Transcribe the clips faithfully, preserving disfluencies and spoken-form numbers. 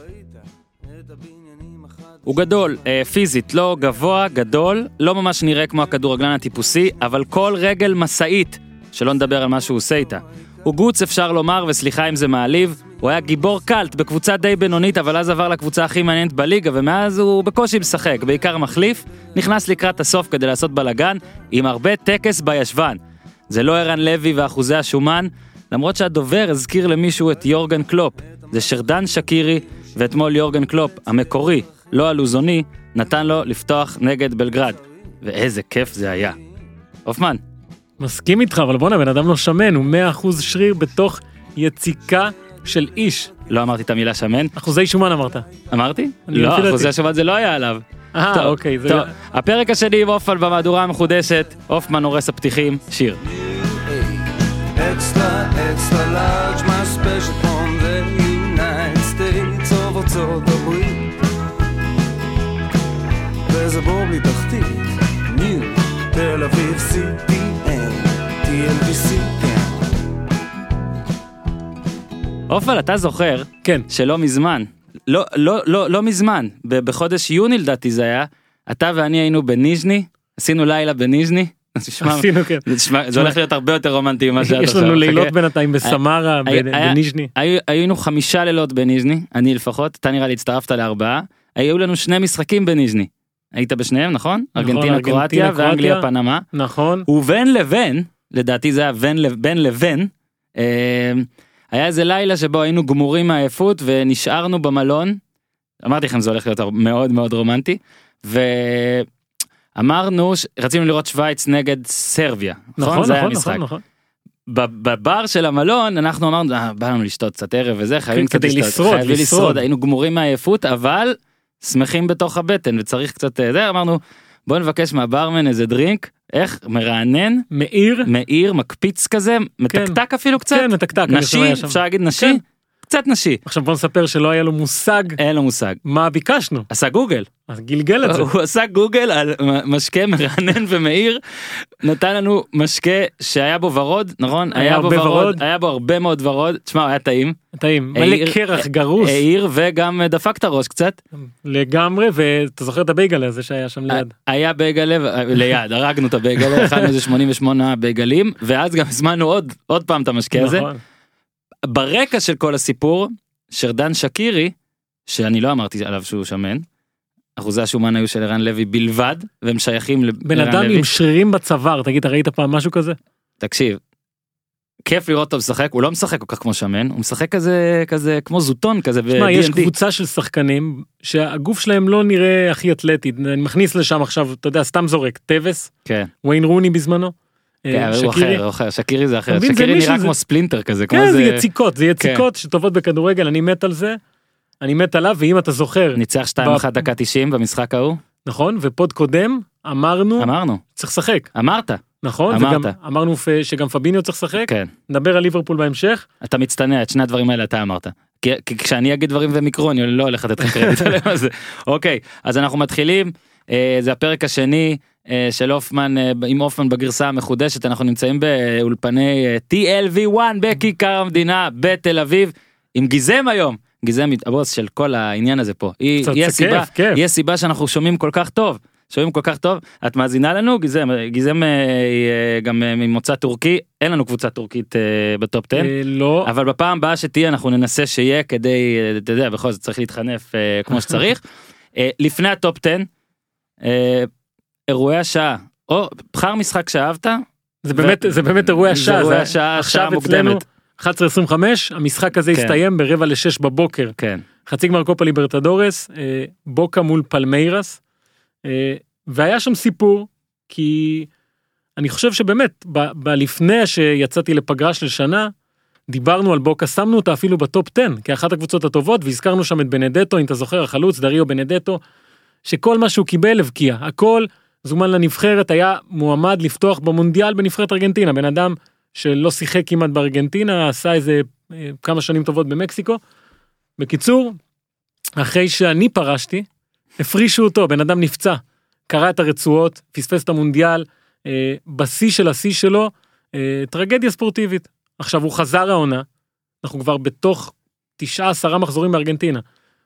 הוא גדול, אה, פיזית, לא גבוה, גדול, לא ממש נראה כמו הכדורגלן הטיפוסי, אבל כל רגל מסעית, שלא נדבר על מה שהוא עושה איתה. הוא גוץ אפשר לומר, וסליחה אם זה מעליב, הוא היה גיבור קלט בקבוצה די בינונית, אבל אז עבר לקבוצה הכי מעניינת בליגה, ומאז הוא בקושי משחק, בעיקר מחליף, נכנס לקראת הסוף כדי לעשות בלגן, עם הרבה טקס בישבן. זה לא ערן לוי ואחוזי השומן, למרות שהדובר הזכיר למישהו את יורגן קלופ, זה שרדן שקירי, ואתמול יורגן קלופ, המקורי, לא הלוזוני, נתן לו לפתוח נגד בלגרד. ואיזה כיף זה היה. אופמן. מסכים איתך, אבל בוא נבן אדם לא שמן, הוא מאה אחוז שריר בתוך יציקה של איש. לא אמרתי את המילה שמן. אחוזי שומן אמרת. אמרתי? לא, אחוזי השומן זה לא היה עליו. אה, אוקיי. טוב, הפרק השני עם אופן במהדורה המחודשת, אופמן הורס הפתיחים, שיר. Extra, extra large, my special from the United States of ארצות הברית. וזה בור בלי תחתית, ניו, תל אביב, סי פי אן, טי אל וי סי, כן. אופן, אתה זוכר? כן. שלא מזמן, לא, לא, לא, לא מזמן, בחודש יוני לדעתי זה היה, אתה ואני היינו בניז'ני, עשינו לילה בניז'ני, עשינו כן. זה הולך להיות הרבה יותר רומנטי ממה שאת יש לנו לילות בינתיים בסמרה, בניז'ני. היינו חמישה לילות בניז'ני, אני לפחות, אתה נראה לי הצטרפת לארבעה, היו לנו שני משחקים בניז'ני. היית בשניהם, נכון? ארגנטינה, קרואטיה ואנגליה, פנמה. נכון. ובין לבין, לדעתי זה היה בין לבין, היה איזה לילה שבו היינו גמורים מהעייפות ונשארנו במלון, אמרתי לכם זה הולך להיות מאוד מאוד רומנטי, ואמרנו, רצינו לראות שוויץ נגד סרביה, נכון? נכון, זה היה נכון, המשחק. נכון. בבר של המלון אנחנו אמרנו, בא לנו לשתות קצת ערב וזה, חייבים קצת לשתות, חייבים לשרוד, היינו גמורים מהעייפות, אבל שמחים בתוך הבטן וצריך קצת, זה אמרנו, בוא נבקש מהברמן איזה דרינק, איך מרענן, מאיר, מאיר, מקפיץ כזה, מתקתק אפילו קצת, כן, מתקתק, נשי, אפשר להגיד נשי, קצת נשי. עכשיו בוא נספר שלא היה לו מושג, אין לו מושג, מה ביקשנו, עשה גוגל, אז גלגל את זה, הוא עשה גוגל על משקה מרענן ומאיר, נתן לנו משקה שהיה בו ורוד, נכון? היה בו ורוד, היה בו הרבה מאוד ורוד, תשמע, היה טעים, טעים, מלא קרח גרוס, העיר וגם דפק את הראש קצת, לגמרי, ואתה זוכר את הבייגל הזה שהיה שם ליד, היה בייגל ליד, הרגנו את הבייגל, הכנו איזה שמונים ושמונה בייגלים, ואז גם הזמנו עוד, עוד פעם את המשקה הזה, ברקע של כל הסיפור, שרדן שקירי, שאני לא אמרתי עליו שהוא שמן, אחוזי השומן היו של ערן לוי בלבד, והם שייכים לערן לוי. בן אדם עם שרירים בצוואר, תגיד, ראית פעם משהו כזה? תקשיב, כיף לראות אותו משחק, הוא לא משחק כל כך כמו שמן, הוא משחק כזה, כזה, כמו זוטון כזה. תשמע, יש קבוצה של שחקנים, שהגוף שלהם לא נראה הכי אתלטי, אני מכניס לשם עכשיו, אתה יודע, סתם זורק, טווס, כן. וויין רוני בזמנו, כן, הוא אחר, הוא אחר, שקירי זה אחר, שקירי נראה כמו ספלינטר כזה. כן, זה יציקות, זה יציקות שטובות בכדורגל, אני מת על זה, אני מת עליו, ואם אתה זוכר... ניצח שתיים אחת דקה תשעים במשחק ההוא. נכון, ופוד קודם, אמרנו... אמרנו. צריך לשחק. אמרת. נכון, וגם אמרנו שגם פביניו צריך לשחק. כן. נדבר על ליברפול בהמשך. אתה מצטנע, את שני הדברים האלה אתה אמרת. כי כשאני אגיד דברים ומיקרו, אני לא הולך לתת לך קרדיט עליהם על זה. אוקיי, אז אנחנו מתחילים, זה הפרק השני של אופמן, עם אופמן בגרסה המחודשת, אנחנו נמצאים באולפני טי אל וי אחת בכיכר המדינה, בתל אביב, עם גיזם היום. גיזם הבוס של כל העניין הזה פה. היא הסיבה, היא הסיבה שאנחנו שומעים כל כך טוב. שומעים כל כך טוב. את מאזינה לנו? גיזם, גיזם גם ממוצא טורקי. אין לנו קבוצה טורקית בטופ עשר. לא. אבל בפעם הבאה שתהיה אנחנו ננסה שיהיה כדי, אתה יודע, בכל זאת צריך להתחנף כמו שצריך. לפני הטופ עשר, אירועי השעה. או, בחר משחק שאהבת. זה באמת, זה באמת אירועי השעה. זה אירועי השעה, השעה מוקדמת. אחת עשרה עשרים וחמש, המשחק הזה הסתיים ברבע לשש בבוקר. כן. חצי גמר קופה ליברטדורס, בוקה מול פלמיירס, והיה שם סיפור, כי אני חושב שבאמת, בלפני שיצאתי לפגרה של שנה, דיברנו על בוקה, שמנו אותה אפילו בטופ עשר, כאחת הקבוצות הטובות, והזכרנו שם את בנדטו, אם אתה זוכר, החלוץ, דריו בנדטו, שכל מה שהוא קיבל הבקיע, הכל זומן לנבחרת, היה מועמד לפתוח במונדיאל בנבחרת ארגנטינה, בן אדם שלא שיחק כמעט בארגנטינה, עשה איזה כמה שנים טובות במקסיקו. בקיצור, אחרי שאני פרשתי, הפרישו אותו, בן אדם נפצע, קרא את הרצועות, פספס את המונדיאל, אה, בשיא של השיא שלו, אה, טרגדיה ספורטיבית. עכשיו הוא חזר העונה, אנחנו כבר בתוך תשעה עשרה מחזורים בארגנטינה,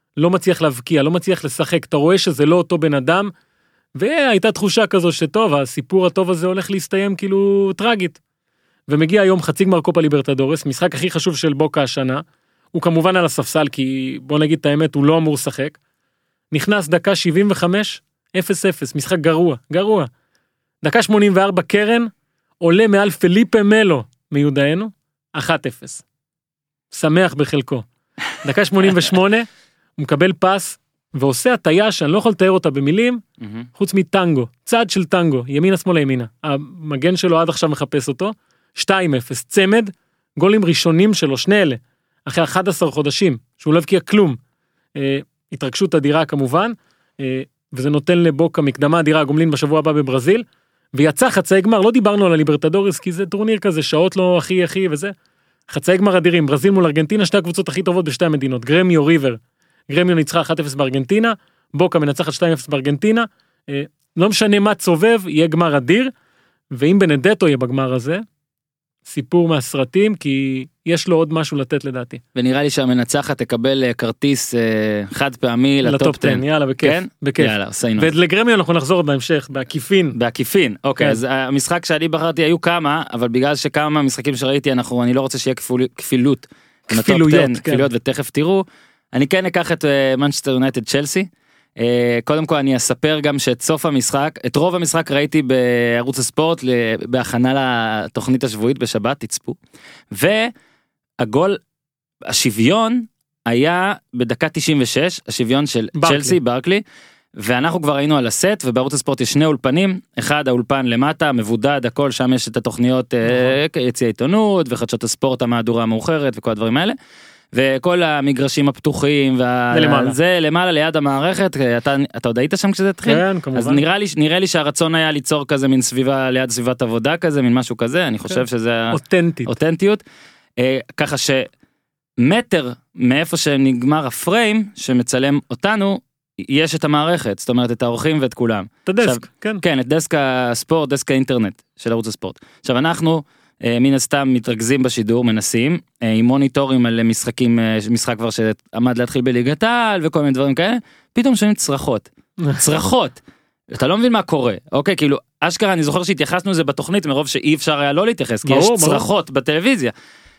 לא מצליח להבקיע, לא מצליח לשחק, אתה רואה שזה לא אותו בן אדם, והייתה תחושה כזו שטוב, הסיפור הטוב הזה הולך להסתיים כאילו טרגית. ומגיע היום חצי גמר קופה ליברטדורס, משחק הכי חשוב של בוקה השנה, הוא כמובן על הספסל, כי בוא נגיד את האמת, הוא לא אמור לשחק. נכנס דקה שבעים וחמש, אפס אפס, משחק גרוע, גרוע. דקה שמונים וארבע קרן, עולה מעל פליפה מלו מיודענו, אחת אפס. שמח בחלקו. דקה שמונים ושמונה, הוא מקבל פס, ועושה הטיה שאני לא יכול לתאר אותה במילים, חוץ מטנגו, צעד של טנגו, ימינה שמאלה ימינה. המגן שלו עד עכשיו מחפש אותו, שתיים אפס, צמד, גולים ראשונים שלו, שני אלה, אחרי אחד עשר חודשים, שהוא לא הבקיע כלום. אה, התרגשות אדירה כמובן, אה, וזה נותן לבוקה מקדמה אדירה, גומלין בשבוע הבא בברזיל, ויצא חצאי גמר, לא דיברנו על הליברטדורס, כי זה טורניר כזה, שעות לא הכי הכי וזה, חצאי גמר אדירים, ברזיל מול ארגנטינה, שתי הקבוצות הכי טובות בשתי המדינות, גרמיו ריבר, גרמיו ניצחה אחת אפס בארגנטינה, בוקה מנצחת שתיים אפס בארגנטינה, אה, לא משנה מה צובב, יהיה גמר אדיר, ואם בנדטו יהיה בגמר הזה, סיפור מהסרטים, כי יש לו עוד משהו לתת לדעתי. ונראה לי שהמנצחת תקבל כרטיס חד פעמי לטופ עשר. יאללה, בכיף. כן? בכיף. יאללה, עושינו. ולגרמיו אנחנו נחזור בהמשך, בעקיפין. בעקיפין, אוקיי, כן. אז המשחק שאני בחרתי היו כמה, אבל בגלל שכמה משחקים שראיתי, אנחנו, אני לא רוצה שיהיה כפילות. כפילויות, כן. כפילויות, ותכף תראו. אני כן אקח את מנצ'סטר יונייטד צ'לסי. קודם כל אני אספר גם שאת סוף המשחק, את רוב המשחק ראיתי בערוץ הספורט, בהכנה לתוכנית השבועית בשבת, תצפו. והגול, השוויון היה בדקה תשעים ושש, השוויון של ברקלי. צ'לסי, ברקלי, ואנחנו כבר היינו על הסט, ובערוץ הספורט יש שני אולפנים, אחד האולפן למטה, מבודד, הכל, שם יש את התוכניות, יציע עיתונות, וחדשות הספורט, המהדורה המאוחרת, וכל הדברים האלה. וכל המגרשים הפתוחים, ולמעלה. זה למעלה ליד המערכת, אתה, אתה עוד היית שם כשזה התחיל? כן, כמובן. אז נראה לי, נראה לי שהרצון היה ליצור כזה מין סביבה, ליד סביבת עבודה כזה, מין משהו כזה, אני חושב כן. שזה... אותנטית. אותנטיות. אה, ככה שמטר מאיפה שנגמר הפריים, שמצלם אותנו, יש את המערכת, זאת אומרת את האורחים ואת כולם. את הדסק, עכשיו, כן. כן, את דסק הספורט, דסק האינטרנט של ערוץ הספורט. עכשיו אנחנו... מן הסתם מתרכזים בשידור, מנסים, עם מוניטורים על משחקים, משחק כבר שעמד להתחיל בליגת העל וכל מיני דברים כאלה, פתאום שומעים צרחות, צרחות, אתה לא מבין מה קורה, אוקיי, כאילו, אשכרה אני זוכר שהתייחסנו לזה בתוכנית, מרוב שאי אפשר היה לא להתייחס, כי יש צרחות בטלוויזיה,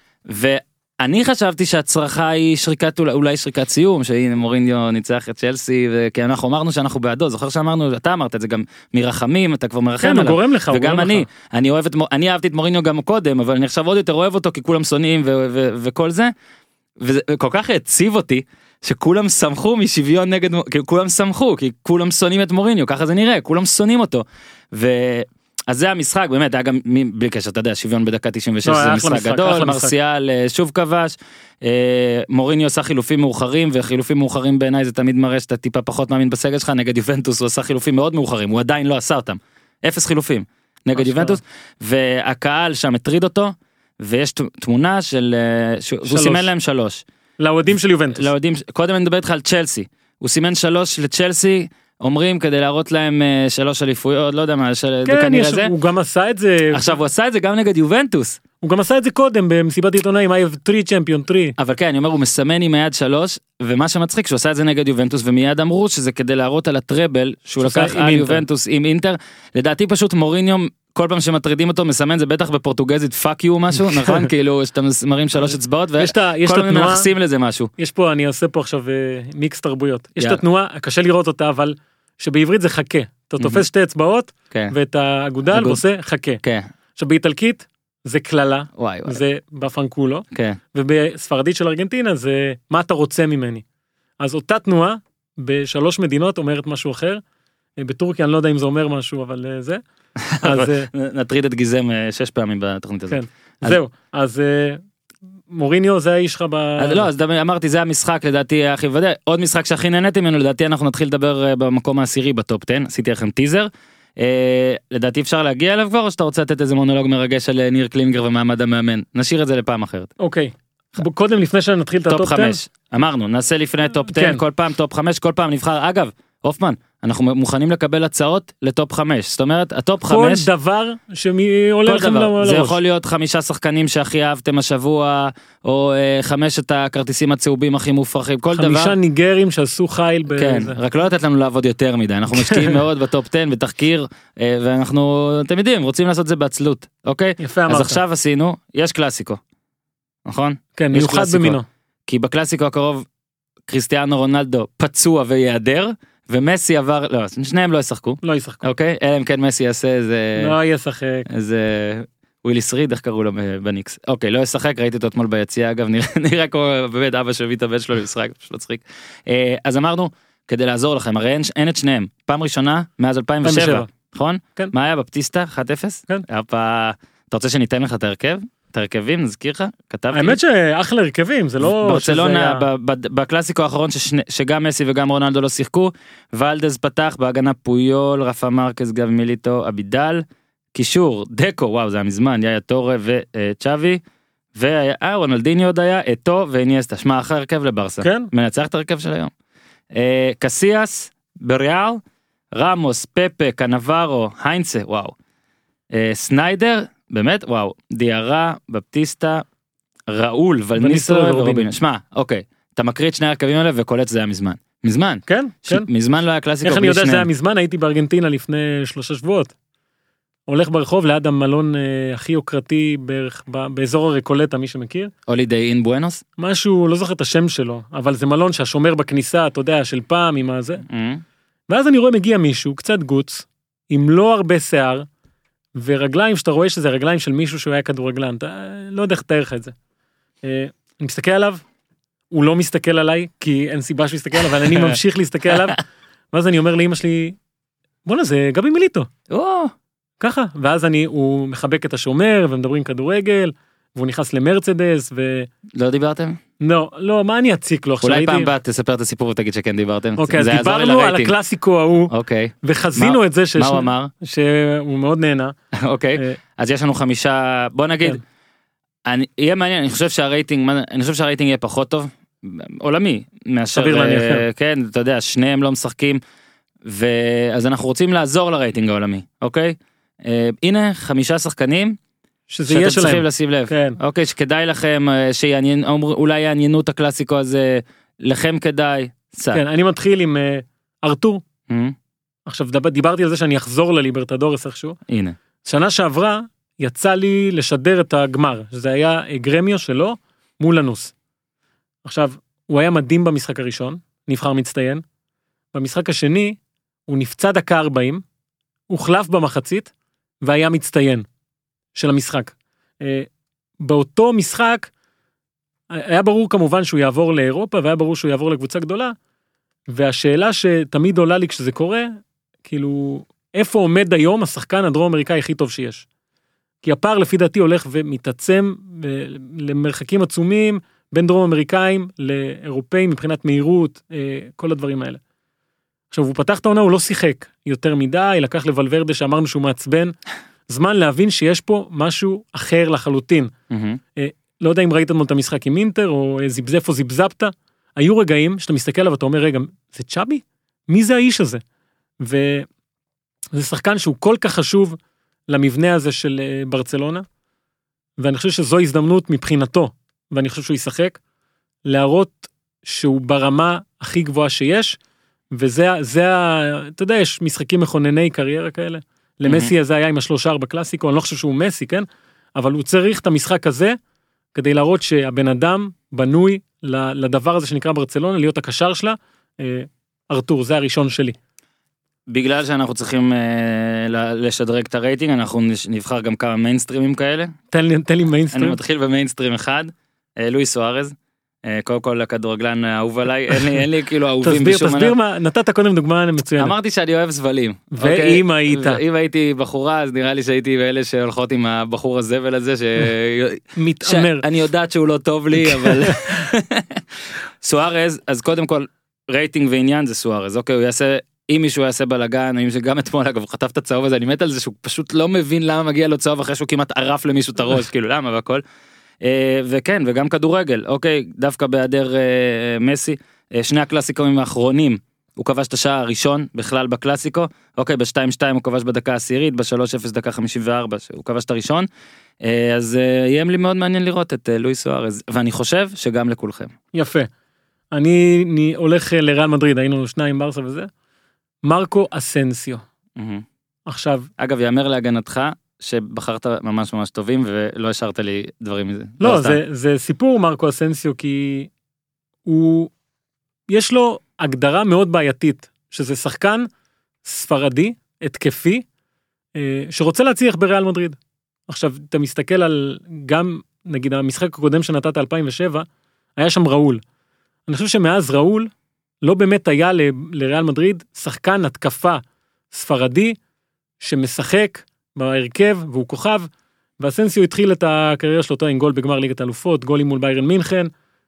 ואני חשבתי שהצרחה היא שריקת, אולי שריקת סיום, שהנה מוריניו ניצח את צ'לסי, כי אנחנו אמרנו שאנחנו בעדו, זוכר שאמרנו, אתה אמרת את זה גם מרחמים, אתה כבר מרחם עליו. כן, הוא גורם לך, וגם אני, אני אוהב את, אני אהבתי את מוריניו גם קודם, אבל אני עכשיו עוד יותר אוהב אותו, כי כולם שונאים וכל זה, וכל כך הציב אותי, שכולם שמחו משוויון נגד, כולם שמחו, כי כולם שונאים את מוריניו, ככה זה נראה, כולם שונאים אותו, ו... אז זה המשחק, באמת, היה גם, בלי קשר, אתה יודע, שוויון בדקה תשעים ושש, זה משחק גדול, מרסיאל שוב כבש, מוריניו עשה חילופים מאוחרים, וחילופים מאוחרים בעיניי זה תמיד מראה שאתה טיפה פחות מאמין בסגל שלך, נגד יובנטוס הוא עשה חילופים מאוד מאוחרים, הוא עדיין לא עשה אותם, אפס חילופים, נגד יובנטוס, והקהל שם הטריד אותו, ויש תמונה של, הוא סימן להם שלוש. לאוהדים של יובנטוס. קודם אני מדבר איתך על צ'לסי, הוא סימן שלוש לצ'לסי, אומרים כדי להראות להם שלוש אליפויות, לא יודע מה, כן, יש, הוא גם עשה את זה. עכשיו הוא עשה את זה גם נגד יובנטוס. הוא גם עשה את זה קודם במסיבת עיתונאים, I have three champion three. אבל כן, אני אומר, הוא מסמן עם היד שלוש, ומה שמצחיק, שהוא עשה את זה נגד יובנטוס, ומיד אמרו שזה כדי להראות על הטראבל, שהוא לקח על יובנטוס עם אינטר. לדעתי פשוט מוריניו, כל פעם שמטרידים אותו, מסמן זה בטח בפורטוגזית, פאק יו משהו, נכון? כאילו, שאתה מרים שלוש אצבעות, וכל פעם מייחסים לזה משהו. יש פה, אני עושה פה עכשיו מיקס תרבויות. יש את התנועה, קשה לראות אותה, אבל שבעברית זה חכה. אתה תופס שתי אצבעות, ואת האגודל ועושה חכה. עכשיו באיטלקית, זה כללה, זה בפנקולו, ובספרדית של ארגנטינה זה מה אתה רוצה ממני. אז אותה תנועה, בשלוש מדינות אומרת משהו אחר, בטורקיה אני לא יודע אם זה אומר משהו, אבל זה. נטריד את גיזם שש פעמים בתוכנית הזאת. זהו, אז מוריניו זה האיש שלך ב... לא, אז אמרתי, זה המשחק לדעתי הכי ודאי, עוד משחק שהכי נהניתי ממנו, לדעתי אנחנו נתחיל לדבר במקום העשירי בטופ עשר, עשיתי לכם טיזר, לדעתי אפשר להגיע אליו כבר, או שאתה רוצה לתת איזה מונולוג מרגש על ניר קלינגר ומעמד המאמן, נשאיר את זה לפעם אחרת. אוקיי, קודם לפני שנתחיל את הטופ עשר, אמרנו, נעשה לפני טופ עשר, כל פעם טופ חמש, כל פעם נבחר, אגב, אופמן, אנחנו מוכנים לקבל הצעות לטופ חמש, זאת אומרת, הטופ כל חמש, דבר שעולה לכם לראש. זה יכול להיות חמישה שחקנים שהכי אהבתם השבוע, או אה, חמשת הכרטיסים הצהובים הכי מופרכים, כל דבר. חמישה ניגרים שעשו חייל בזה. כן, רק לא לתת לנו לעבוד יותר מדי, אנחנו משקיעים מאוד בטופ עשר בתחקיר, אה, ואנחנו, אתם יודעים, רוצים לעשות זה בעצלות, אוקיי? יפה אמרת. אז עכשיו עשינו, יש קלאסיקו, נכון? כן, יש מיוחד קלאסיקו. במינו. כי בקלאסיקו הקרוב, קריסטיאנו רונלדו פצוע ויעדר, ומסי עבר, לא, שניהם לא ישחקו, לא ישחקו. אוקיי? אלא אם כן מסי יעשה איזה, לא ישחק. איזה, וויליס ריד, איך קראו לו בניקס. אוקיי, לא ישחק, ראיתי אותו אתמול ביציאה, אגב, נראה, נראה כמו באמת אבא שהביא את הבן שלו למשחק, פשוט לא צחיק. אה, אז אמרנו, כדי לעזור לכם, הרי אין, אין את שניהם, פעם ראשונה, מאז אלפיים ושבע, נכון? כן. מה היה בפטיסטה? אחת אפס? כן. היה פעם, אתה רוצה שניתן לך את ההרכב? את ההרכבים, נזכיר לך? כתבתי. האמת שאחלה הרכבים, זה לא... ברצלונה, בקלאסיקו האחרון שגם מסי וגם רונלדו לא שיחקו, ולדז פתח בהגנה פויול, רפה מרקס, גב מיליטו, אבידל, קישור, דקו, וואו זה היה מזמן, יאיה טורה וצ'אבי, ואה רונלדיני עוד היה, אתו ואיניאסטה, שמע אחרי הרכב לברסה, כן? מנצח את הרכב של היום. קסיאס, בריאל, רמוס, פפה, קנברו, היינצה, וואו. סניידר, באמת, וואו, דיארה, בפטיסטה, ראול, ולניסטרו ורובינו. שמע, אוקיי, אתה מקריא את שני הרכבים האלה וקולט זה היה מזמן. מזמן. כן, כן. מזמן לא היה קלאסיקו איך בלי אני יודע שזה היה שניהם. מזמן? הייתי בארגנטינה לפני שלושה שבועות. הולך ברחוב ליד המלון אה, הכי יוקרתי בערך, ב- באזור הריקולטה, מי שמכיר. הולידיי אין בואנוס? משהו, לא זוכר את השם שלו, אבל זה מלון שהשומר בכניסה, אתה יודע, של פעם עם הזה. ואז אני רואה מגיע מישהו, קצת גוץ, עם לא הרבה שיער, ורגליים שאתה רואה שזה רגליים של מישהו שהוא היה כדורגלן, אתה לא יודע איך לתאר לך את זה. אה, אני מסתכל עליו, הוא לא מסתכל עליי, כי אין סיבה שהוא יסתכל עליו, אבל אני ממשיך להסתכל עליו, ואז אני אומר לאמא שלי, בוא'נה, זה גבי מיליטו. או, ככה, ואז אני, הוא מחבק את השומר, ומדברים כדורגל, והוא נכנס למרצדס, ו... לא דיברתם? לא, לא, מה אני אציק לו עכשיו? אולי הייתי- פעם בת תספר את הסיפור ותגיד שכן דיברתם. אוקיי, אז זה יעזור לי דיברנו על לרייטינג. הקלאסיקו ההוא, אוקיי, וחזינו מה- את זה שיש- מה הוא אמר? שהוא מאוד נהנה. אוקיי, אה, אז יש לנו חמישה, בוא נגיד, כן. אני, יהיה מעניין, אני חושב שהרייטינג, מה- אני חושב שהרייטינג יהיה פחות טוב, עולמי, מאשר, סביר להניח, אה, כן, אתה יודע, שניהם לא משחקים, ואז אנחנו רוצים לעזור לרייטינג העולמי, אוקיי? אה, הנה, חמישה שחקנים, שזה יהיה שאתם צריכים שלהם. לשים לב, כן. אוקיי, שכדאי לכם, אה, שיעניין, אמר- אולי יעניינו את הקלאסיקו הזה, לכם כדאי, סע. כן, אני מתחיל עם אה, ארתור. אה, עכשיו, דב- דיברתי על זה שאני אחזור לליברטדורס איכשהו. הנה, שנה שעברה, יצא לי לשדר את הגמר, שזה היה אה, גרמיו שלו מול לנוס. עכשיו, הוא היה מדהים במשחק הראשון, נבחר מצטיין. במשחק השני, הוא נפצע דקה ארבעים, הוחלף במחצית, והיה מצטיין של המשחק. אה, באותו משחק, היה ברור כמובן שהוא יעבור לאירופה, והיה ברור שהוא יעבור לקבוצה גדולה, והשאלה שתמיד עולה לי כשזה קורה, כאילו, איפה עומד היום השחקן הדרום אמריקאי הכי טוב שיש? כי הפער לפי דעתי הולך ומתעצם אה, למרחקים עצומים, בין דרום אמריקאים לאירופאים מבחינת מהירות, אה, כל הדברים האלה. עכשיו, הוא פתח את העונה, הוא לא שיחק יותר מדי, לקח לבלוורדה שאמרנו שהוא מעצבן, זמן להבין שיש פה משהו אחר לחלוטין. מהמם. לא יודע אם ראיתם את המשחק עם אינטר, או זיבזף או זיבזפת, היו רגעים שאתה מסתכל עליו ואתה אומר, רגע, זה צ'אבי? מי זה האיש הזה? וזה שחקן שהוא כל כך חשוב למבנה הזה של אה, ברצלונה, ואני חושב שזו הזדמנות מבחינתו, ואני חושב שהוא ישחק, להראות שהוא ברמה הכי גבוהה שיש, וזה, זה, ה- אתה יודע, יש משחקים מכונני קריירה כאלה, למסי הזה היה עם השלושה ארבע קלאסיקו, אני לא חושב שהוא מסי, כן? אבל הוא צריך את המשחק הזה, כדי להראות שהבן אדם בנוי ל- לדבר הזה שנקרא ברצלונה, להיות הקשר שלה, אה, ארתור, זה הראשון שלי. בגלל שאנחנו צריכים אה, ל- לשדרג את הרייטינג, אנחנו נש- נבחר גם כמה מיינסטרימים כאלה. תן לי, תן לי אני מיינסטרים. מתחיל במיינסטרים אחד, אה, לואי סוארז, אה, קודם כל הכדורגלן האהוב עליי, אין לי, אין לי כאילו אהובים תסביר, בשום תסביר מנה. מה, נתת קודם דוגמה מצוינת. אמרתי שאני אוהב זבלים. ואם אוקיי? היית? ואם הייתי בחורה, אז נראה לי שהייתי באלה שהולכות עם הבחור הזבל הזה, ש... מתעמר. שאני יודעת שהוא לא טוב לי, אבל... סוארז, אז קודם כל, רייטינג ועניין זה סוארז, אוקיי, הוא יעשה, אם מישהו יעשה בלגן, או אם שגם אתמול, אגב, הוא חטף את הצהוב הזה, אני מת על זה שהוא פשוט לא מבין למה מגיע לו צהוב, אחרי שהוא כמעט ערף למישהו את הראש, כאילו, למה והכל. אה, וכן, וגם כדורגל, אוקיי, דווקא בהיעדר אה, מסי, אה, שני הקלאסיקומים האחרונים, הוא כבש את השעה הראשון בכלל בקלאסיקו, אוקיי, ב-שתיים שתיים הוא כבש בדקה העשירית, ב-שלוש אפס דקה חמישים וארבע, הוא כבש את הראשון, אז יהיה לי מאוד מעניין לראות את לואיס סוארז, ואני חושב שגם לכולכם. יפה. אני, אני הולך לריאל מדריד, היינו שניים ברסה וזה, מרקו אסנסיו. עכשיו... אגב, יאמר להגנתך, שבחרת ממש ממש טובים, ולא השארת לי דברים מזה. לא, לא זה, זה סיפור מרקו אסנסיו, כי הוא, יש לו הגדרה מאוד בעייתית, שזה שחקן ספרדי, התקפי, שרוצה להצליח בריאל מדריד. עכשיו, אתה מסתכל על גם, נגיד, המשחק הקודם שנתת אלפיים ושבע, היה שם ראול. אני חושב שמאז ראול, לא באמת היה ל, לריאל מדריד, שחקן התקפה ספרדי, שמשחק בהרכב, והוא כוכב, ואסנסיו התחיל את הקריירה שלו עם גול בגמר ליגת האלופות, גולים מול ביירן מינכן,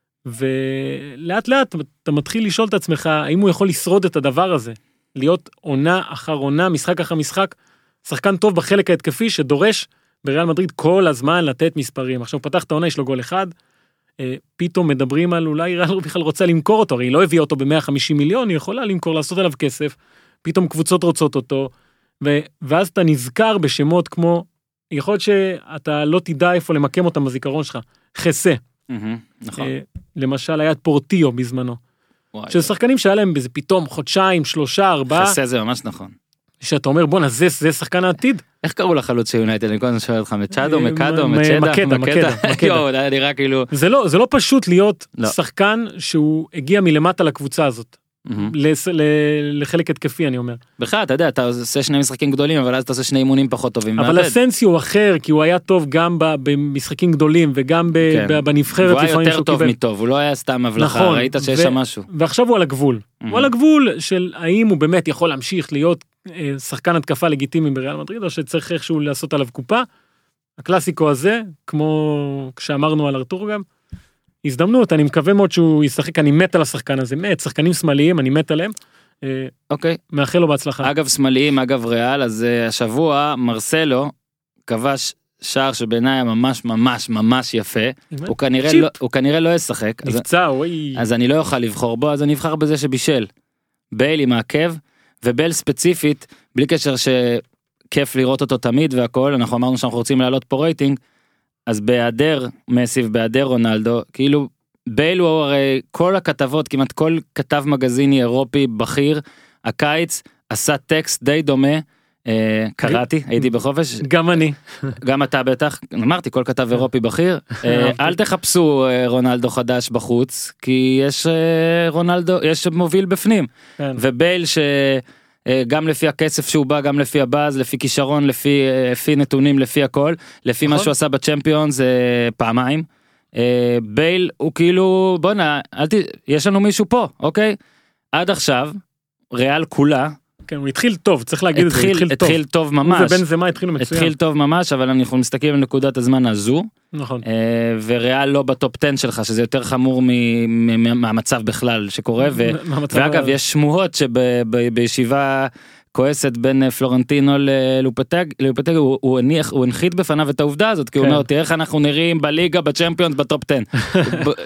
ולאט לאט אתה מתחיל לשאול את עצמך, האם הוא יכול לשרוד את הדבר הזה, להיות עונה אחר עונה, משחק אחר משחק, שחקן טוב בחלק ההתקפי, שדורש בריאל מדריד כל הזמן לתת מספרים. עכשיו פתח את העונה, יש לו גול אחד, פתאום מדברים על אולי ריאל בכלל רוצה למכור אותו, הרי היא לא הביאה אותו ב-מאה וחמישים מיליון, היא יכולה למכור, לעשות עליו כסף, פתאום קבוצות רוצות אותו, ו- ואז אתה נזכר בשמות כמו, יכול להיות שאתה לא תדע איפה למקם אותם בזיכרון שלך, חסה. נכון. למשל היה את פורטיו בזמנו. של שחקנים שהיה להם בזה פתאום חודשיים, שלושה, ארבעה. חסה זה ממש נכון. שאתה אומר בוא נזה, זה שחקן העתיד. איך קראו לחלוץ של יונייטד? אני כל הזמן שואל אותך, מצ'אדו, מקדו, מצ'דה? מקדה, מקדה. יואו, זה נראה כאילו... זה לא, זה לא פשוט להיות שחקן שהוא הגיע מלמטה לקבוצה הזאת. לחלק התקפי אני אומר. בכלל אתה יודע אתה עושה שני משחקים גדולים אבל אז אתה עושה שני אימונים פחות טובים. אבל אסנסיו הוא אחר כי הוא היה טוב גם במשחקים גדולים וגם בנבחרת. הוא היה יותר טוב מטוב, הוא לא היה סתם הבלחה, ראית שיש שם משהו. ועכשיו הוא על הגבול, הוא על הגבול של האם הוא באמת יכול להמשיך להיות שחקן התקפה לגיטימי בריאל מדריד או שצריך איכשהו לעשות עליו קופה. הקלאסיקו הזה כמו כשאמרנו על ארתור גם הזדמנות, אני מקווה מאוד שהוא ישחק, אני מת על השחקן הזה, מת, שחקנים שמאליים, אני מת עליהם. אוקיי. מאחל לו בהצלחה. אגב, שמאליים, אגב ריאל, אז השבוע מרסלו כבש שער שבעיניי היה ממש ממש ממש יפה, הוא כנראה לא, הוא כנראה לא ישחק. נפצע, אוי. אז אני לא אוכל לבחור בו, אז אני אבחר בזה שבישל. בייל עם העקב, ובייל ספציפית, בלי קשר שכיף לראות אותו תמיד והכל, אנחנו אמרנו שאנחנו רוצים לעלות פה רייטינג, אז בהיעדר מסי ובהיעדר רונלדו, כאילו בייל הוא הרי כל הכתבות, כמעט כל כתב מגזיני אירופי בכיר, הקיץ עשה טקסט די דומה, אה, קראתי, הייתי בחופש. גם אני. גם אתה בטח, אמרתי כל כתב אירופי בכיר, אה, אל תחפשו אה, רונלדו חדש בחוץ, כי יש אה, רונלדו, יש מוביל בפנים, כן. ובייל ש... גם לפי הכסף שהוא בא, גם לפי הבאז, לפי כישרון, לפי, לפי נתונים, לפי הכל, לפי מה שהוא עשה בצ'מפיונס פעמיים. בייל הוא כאילו, בוא נה, יש לנו מישהו פה, אוקיי? עד עכשיו, ריאל כולה, כן, הוא התחיל טוב, צריך להגיד את זה, התחיל, התחיל טוב. התחיל טוב ממש. הוא ובן זמה התחילו מצוין. התחיל טוב ממש, אבל אנחנו מסתכלים על נקודת הזמן הזו. נכון. וריאל לא בטופ עשר שלך, שזה יותר חמור מהמצב בכלל שקורה. ואגב, יש שמועות שבישיבה כועסת בין פלורנטינו ללופטגי, הוא הנחית בפניו את העובדה הזאת, כי הוא אומר, תראה איך אנחנו נראים בליגה, בצ'מפיונס, בטופ עשר.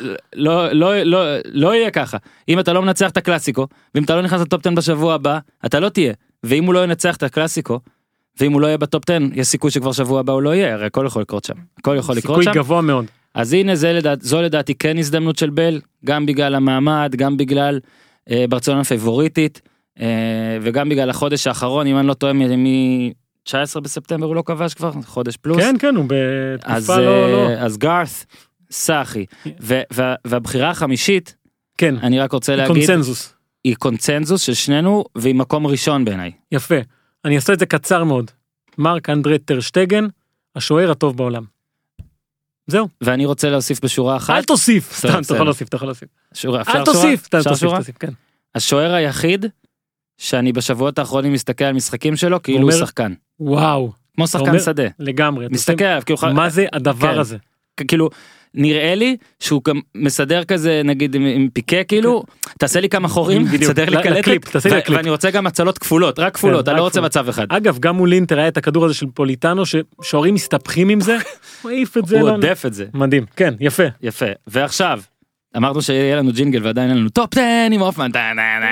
לא יהיה ככה. אם אתה לא מנצח את הקלאסיקו, ואם אתה לא נכנס לטופ עשר בשבוע הבא, אתה לא תהיה. ואם הוא לא ינצח את הקלאסיקו, ואם הוא לא יהיה בטופ עשר, יש סיכוי שכבר שבוע הבא הוא לא יהיה, הרי הכל יכול לקרות שם. הכל יכול לקרות שם. סיכוי גבוה מאוד. אז הנה, זו לדעתי כן הזדמנות של בייל, גם בגלל המעמד, גם בגלל ברצלונה פייבוריטית, וגם בגלל החודש האחרון, אם אני לא טועה, מ-תשע עשרה בספטמבר הוא לא כבש כבר, חודש פלוס. כן, כן, הוא בתקופה לא, לא. אז גארת, סאחי, והבחירה החמישית, כן, אני רק רוצה להגיד, קונצנזוס. היא קונצנזוס של שנינו, והיא מקום ראשון בעיניי. יפה, אני אעשה את זה קצר מאוד. מרק אנדרי טר שטגן, השוער הטוב בעולם. זהו. ואני רוצה להוסיף בשורה אחת. אל תוסיף, סתם, אתה יכול להוסיף, אתה יכול להוסיף. שורה, אל תוסיף, תוסיף, תוסיף, כן. השוער היחיד שאני בשבועות האחרונים מסתכל על משחקים שלו כאילו הוא שחקן. וואו. כמו שחקן שדה. לגמרי. מסתכל עליו. מה זה הדבר הזה? כאילו, נראה לי שהוא גם מסדר כזה, נגיד עם פיקה, כאילו, תעשה לי כמה חורים, תסדר לי קלטת, ואני רוצה גם הצלות כפולות, רק כפולות, אני לא רוצה מצב אחד. אגב, גם מול אינטר היה את הכדור הזה של פוליטנו, ששוערים מסתבכים עם זה, הוא העיף את זה. הוא עודף את זה. מדהים, כן, יפה. יפה. ועכשיו, אמרנו שיהיה לנו ג'ינגל ועדיין אין לנו טופ עשר עם אופמן,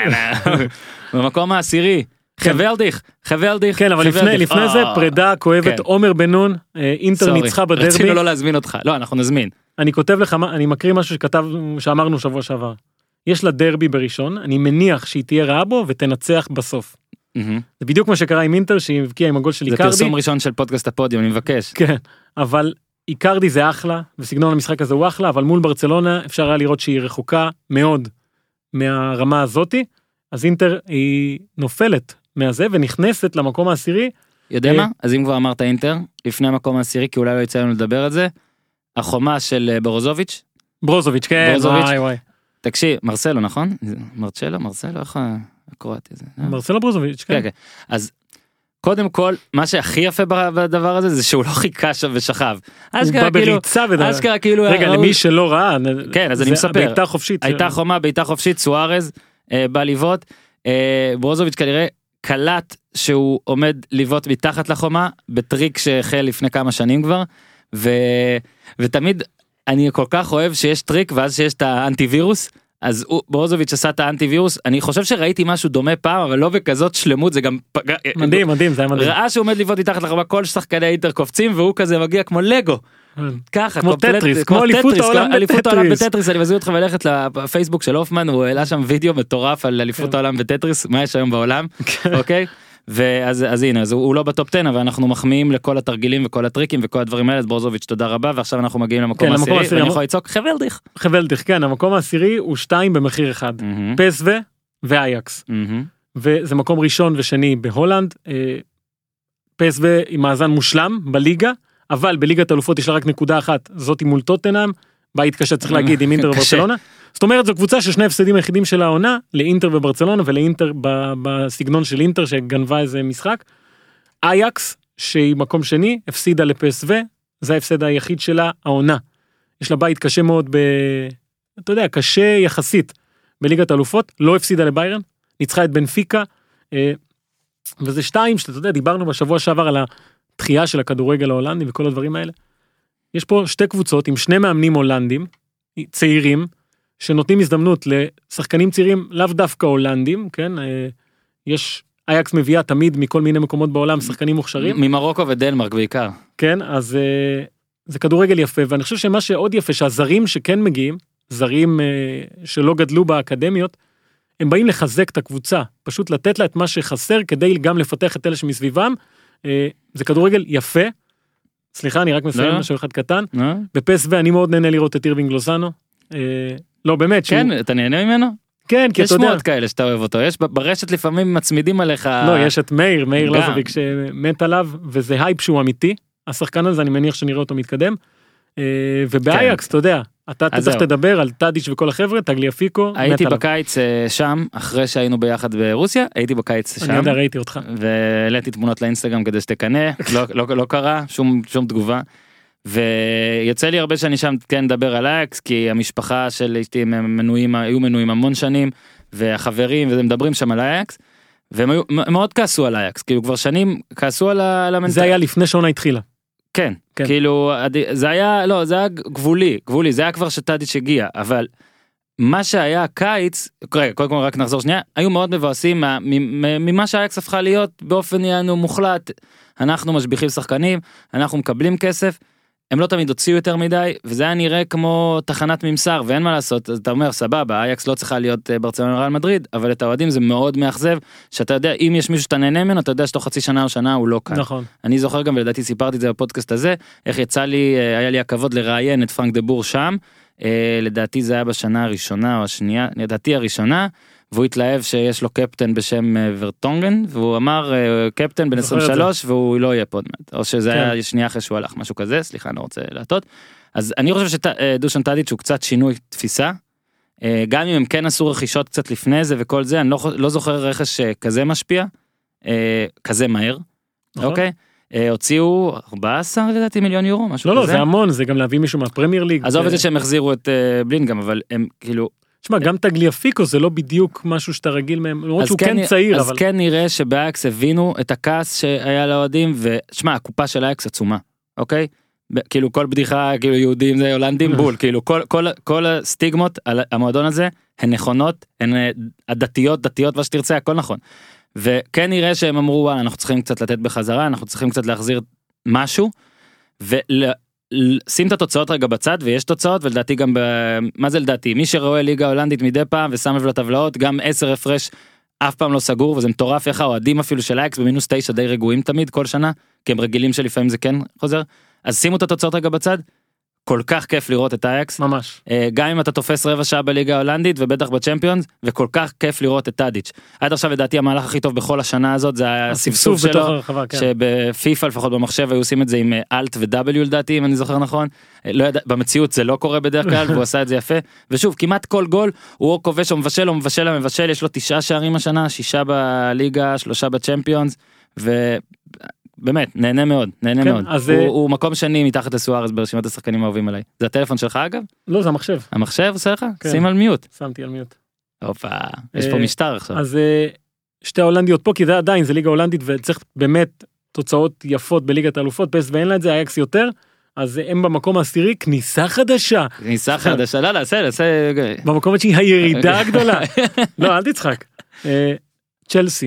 במקום העשירי, חבלדיך, חבלדיך. כן, אבל לפני, לפני זה פרידה כואבת, עומר בן נון, אינטר ניצחה בדרבי. רצינו לא להזמין אותך, לא, אנחנו נזמין. אני כותב לך, אני מקריא משהו שכתב, שאמרנו שבוע שעבר. יש לה דרבי בראשון, אני מניח שהיא תהיה רעה בו ותנצח בסוף. זה בדיוק מה שקרה עם אינטר, שהיא הבקיעה עם הגול של איקרדי. זה פרסום ראשון של פודקאסט הפודיום, אני מבקש. כן, אבל איקרדי זה אחלה, וסגנון המשחק הזה הוא אחלה, אבל מול ברצלונה אפשר היה לראות שהיא רחוקה מאוד מהרמה הזאתי, אז אינטר היא נופלת מהזה ונכנסת למקום העשירי. יודע מה? אז אם כבר אמרת אינטר, לפני המקום העשירי, כי אולי לא יצא לנו לדבר על זה, החומה של ברוזוביץ'. ברוזוביץ', כן, וואי וואי. תקשיב, מרסלו, נכון? מרצ'לו, מרסלו, איך הקרואטי הזה? מרסלו ברוזוביץ', כן. אז קודם כל, מה שהכי יפה בדבר הזה, זה שהוא לא חיכה שם ושכב. הוא בא בריצה ודבר. כאילו... רגע, למי שלא ראה, כן, אז אני מספר. בעיטה חופשית. הייתה חומה, בעיטה חופשית, סוארז, בא ליוות. ברוזוביץ' כנראה קלט שהוא עומד ליוות מתחת לחומה, בטריק שהחל לפני כמה שנים כבר, ותמיד אני כל כך אוהב שיש טריק, ואז שיש את האנטיווירוס, אז ברוזוביץ' עשה את האנטיווירוס, אני חושב שראיתי משהו דומה פעם, אבל לא בכזאת שלמות, זה גם... מדהים, מדהים, זה היה מדהים. ראה שהוא עומד לבעוט מתחת לחומה, כל שחקני אינטר קופצים, והוא כזה מגיע כמו לגו. ככה, כמו טטריס, כמו אליפות העולם בטטריס. אני מזמין אותך ללכת לפייסבוק של אופמן, הוא העלה שם וידאו מטורף על אליפות העולם בטטריס, מה יש היום בעולם, אוקיי? ואז אז הנה, אז הוא, הוא לא בטופ עשר, אבל אנחנו מחמיאים לכל התרגילים וכל הטריקים וכל הדברים האלה, אז ברוזוביץ' תודה רבה, ועכשיו אנחנו מגיעים למקום כן, העשירי, העשירי, ואני יכול לצעוק חבלדיך. חבלדיך, כן, המקום העשירי הוא שתיים במחיר אחד, Mm-hmm. פסו ואייקס, Mm-hmm. וזה מקום ראשון ושני בהולנד, פסו עם מאזן מושלם בליגה, אבל בליגת אלופות יש לה רק נקודה אחת, זאת היא מול טוטנהאם, בית קשה צריך להגיד עם אינטר וברצלונה, זאת אומרת זו קבוצה ששני הפסדים היחידים של העונה, לאינטר וברצלונה ולאינטר בסגנון של אינטר שגנבה איזה משחק, אייקס שהיא מקום שני, הפסידה לפסו, זה ההפסד היחיד שלה העונה, יש לה בית קשה מאוד, ב... אתה יודע, קשה יחסית בליגת אלופות, לא הפסידה לביירן, ניצחה את בנפיקה, וזה שתיים שאתה יודע, דיברנו בשבוע שעבר על התחייה של הכדורגל ההולנדי וכל הדברים האלה, יש פה שתי קבוצות עם שני מאמנים הולנדים, צעירים, שנותנים הזדמנות לשחקנים צעירים, לאו דווקא הולנדים, כן, יש, אייקס מביאה תמיד מכל מיני מקומות בעולם, שחקנים מוכשרים. ממרוקו ודנמרק בעיקר. כן, אז זה כדורגל יפה, ואני חושב שמה שעוד יפה, שהזרים שכן מגיעים, זרים שלא גדלו באקדמיות, הם באים לחזק את הקבוצה, פשוט לתת לה את מה שחסר, כדי גם לפתח את אלה שמסביבם, זה כדורגל יפה, סליחה, אני רק מסיים משהו אחד קטן, בפסו אני מאוד נהנה לראות את אירווינג לוזאנו, לא באמת. כן, אתה נהנה ממנו? כן, כי אתה יודע. יש שמות כאלה שאתה אוהב אותו, יש ברשת לפעמים מצמידים עליך. לא, יש את מאיר, מאיר לוזוביק שמת עליו, וזה הייפ שהוא אמיתי, השחקן הזה אני מניח שנראה אותו מתקדם, ובאייקס, אתה יודע, אתה תצטרך תדבר על טאדיץ' וכל החבר'ה, טגליאפיקו. הייתי בקיץ שם, אחרי שהיינו ביחד ברוסיה, הייתי בקיץ שם. אני יודע, ראיתי אותך. והעליתי תמונות לאינסטגרם כדי שתקנה, לא קרה, שום תגובה. ויוצא לי הרבה שאני שם כן לדבר על אייקס, כי המשפחה של אשתי מנויים, היו מנויים המון שנים, והחברים, והם מדברים שם על אייקס, והם מאוד כעסו על אייקס, כאילו כבר שנים כעסו על המנטל. זה היה לפני שעונה התחילה. כן, כן, כאילו, זה היה, לא, זה היה גבולי, גבולי, זה היה כבר שטאדיץ' הגיע, אבל מה שהיה הקיץ, רגע, קודם כל רק נחזור שנייה, היו מאוד מבואסים ממה שהאייקס הפכה להיות באופן יענו מוחלט, אנחנו משביחים שחקנים, אנחנו מקבלים כסף, הם לא תמיד הוציאו יותר מדי, וזה היה נראה כמו תחנת ממסר, ואין מה לעשות, אז אתה אומר, סבבה, אייקס לא צריכה להיות ברצלונה ריאל מדריד, אבל את האוהדים זה מאוד מאכזב, שאתה יודע, אם יש מישהו שאתה נהנה ממנו, אתה יודע שתוך חצי שנה או שנה הוא לא כאן. נכון. אני זוכר גם, ולדעתי סיפרתי את זה בפודקאסט הזה, איך יצא לי, היה לי הכבוד לראיין את פרנק דבור שם, לדעתי זה היה בשנה הראשונה או השנייה, לדעתי הראשונה, והוא התלהב שיש לו קפטן בשם ורטונגן, והוא אמר קפטן בן עשרים ושלוש, והוא לא יהיה פה עוד מעט, או שזה היה שנייה אחרי שהוא הלך, משהו כזה, סליחה, אני לא רוצה להטות. אז אני חושב שדושן טאדיץ' הוא קצת שינוי תפיסה, גם אם הם כן עשו רכישות קצת לפני זה וכל זה, אני לא זוכר רכש כזה משפיע, כזה מהר, אוקיי? הוציאו ארבעה עשר לדעתי מיליון יורו, משהו כזה. לא, לא, זה המון, זה גם להביא מישהו מהפרמייר ליג. עזוב את זה שהם החזירו את בלינגהם, אבל הם כאילו... תשמע, גם טגליאפיקו זה לא בדיוק משהו שאתה רגיל מהם, למרות שהוא כן צעיר. אז כן נראה שבאייקס הבינו את הכעס שהיה לאוהדים, ותשמע, הקופה של אייקס עצומה, אוקיי? כאילו כל בדיחה, כאילו יהודים זה הולנדים, בול, כאילו כל, כל, כל הסטיגמות על המועדון הזה, הן נכונות, הן הדתיות, דתיות, מה שתרצה, הכל נכון. וכן נראה שהם אמרו, אנחנו צריכים קצת לתת בחזרה, אנחנו צריכים קצת להחזיר משהו, ושים את התוצאות רגע בצד, ויש תוצאות, ולדעתי גם, ב... מה זה לדעתי? מי שרואה ליגה הולנדית מדי פעם, ושם לב לטבלאות, גם עשר הפרש, אף פעם לא סגור, וזה מטורף איך האוהדים אפילו של אייקס, במינוס תשע די רגועים תמיד, כל שנה, כי הם רגילים שלפעמים זה כן חוזר, אז שימו את התוצאות רגע בצד, כל כך כיף לראות את אייקס, ממש. גם אם אתה תופס רבע שעה בליגה ההולנדית, ובטח בצ'מפיונס, וכל כך כיף לראות את טאדיץ'. עד עכשיו לדעתי המהלך הכי טוב בכל השנה הזאת, זה הסבסוב שלו, הרחבה, כן. שבפיפה לפחות במחשב היו עושים את זה עם אלט ו-W לדעתי, אם אני זוכר נכון, לא ידע, במציאות זה לא קורה בדרך כלל, והוא עשה את זה יפה, ושוב, כמעט כל גול, הוא או כובש או מבשל או מבשל או מבשל, יש לו תשעה שערים השנה, שישה בליגה, שלושה בצ'מפיונס, ו... באמת, נהנה מאוד, נהנה כן, מאוד. אז הוא, זה... הוא מקום שני מתחת לסוארס ברשימת השחקנים האהובים עליי. זה הטלפון שלך אגב? לא, זה המחשב. המחשב עושה לך? כן. שים על מיוט. שמתי על מיוט. הופה, יש פה משטר עכשיו. אז שתי ההולנדיות פה, כי זה עדיין, זה ליגה הולנדית, וצריך באמת תוצאות יפות בליגת האלופות, פס ואין לה את זה, אייקס יותר, אז הם במקום העשירי, כניסה חדשה. כניסה חדשה, לא, לא, עשה, עשה... במקום שהיא הירידה הגדולה. לא, אל תצחק. צ'לסי.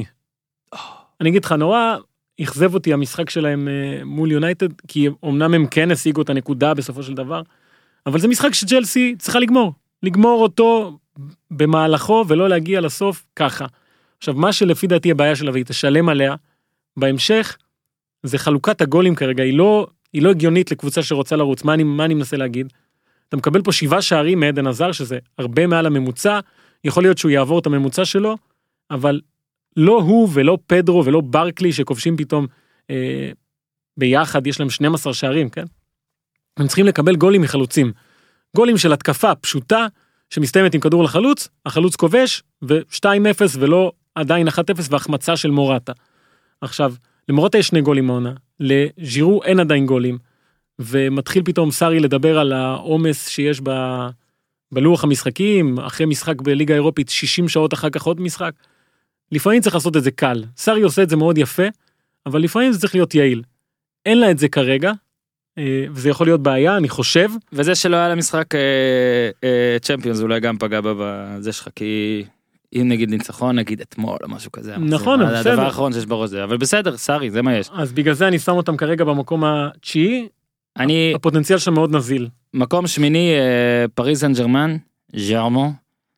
אני אגיד לך, נורא... הכזב אותי המשחק שלהם מול יונייטד, כי אמנם הם כן השיגו את הנקודה בסופו של דבר, אבל זה משחק שג'לסי צריכה לגמור, לגמור אותו במהלכו ולא להגיע לסוף ככה. עכשיו, מה שלפי דעתי הבעיה שלה והיא תשלם עליה, בהמשך, זה חלוקת הגולים כרגע, היא לא, היא לא הגיונית לקבוצה שרוצה לרוץ, מה אני, מה אני מנסה להגיד? אתה מקבל פה שבעה שערים מעדן עזר, שזה הרבה מעל הממוצע, יכול להיות שהוא יעבור את הממוצע שלו, אבל לא הוא ולא פדרו ולא ברקלי שכובשים פתאום אה, ביחד, יש להם שנים עשר שערים, כן? הם צריכים לקבל גולים מחלוצים. גולים של התקפה פשוטה, שמסתיימת עם כדור לחלוץ, החלוץ כובש, ו-שתיים אפס ולא עדיין אחת אפס והחמצה של מורטה. עכשיו, למורטה יש שני גולים מעונה, לג'ירו אין עדיין גולים, ומתחיל פתאום סארי לדבר על העומס שיש ב... בלוח המשחקים, אחרי משחק בליגה האירופית, שישים שעות אחר כך עוד משחק, לפעמים צריך לעשות את זה קל. סארי עושה את זה מאוד יפה, אבל לפעמים זה צריך להיות יעיל. אין לה את זה כרגע, וזה יכול להיות בעיה, אני חושב. וזה שלא היה למשחק צ'מפיונס, אולי גם פגע בזה שלך, כי אם נגיד ניצחון, נגיד אתמול או משהו כזה. נכון, בסדר. זה הדבר האחרון שיש בראש זה, אבל בסדר, סארי, זה מה יש. אז בגלל זה אני שם אותם כרגע במקום התשיעי, אני... הפוטנציאל שם מאוד נזיל. מקום שמיני, פריז סן ז'רמן, ז'רמו.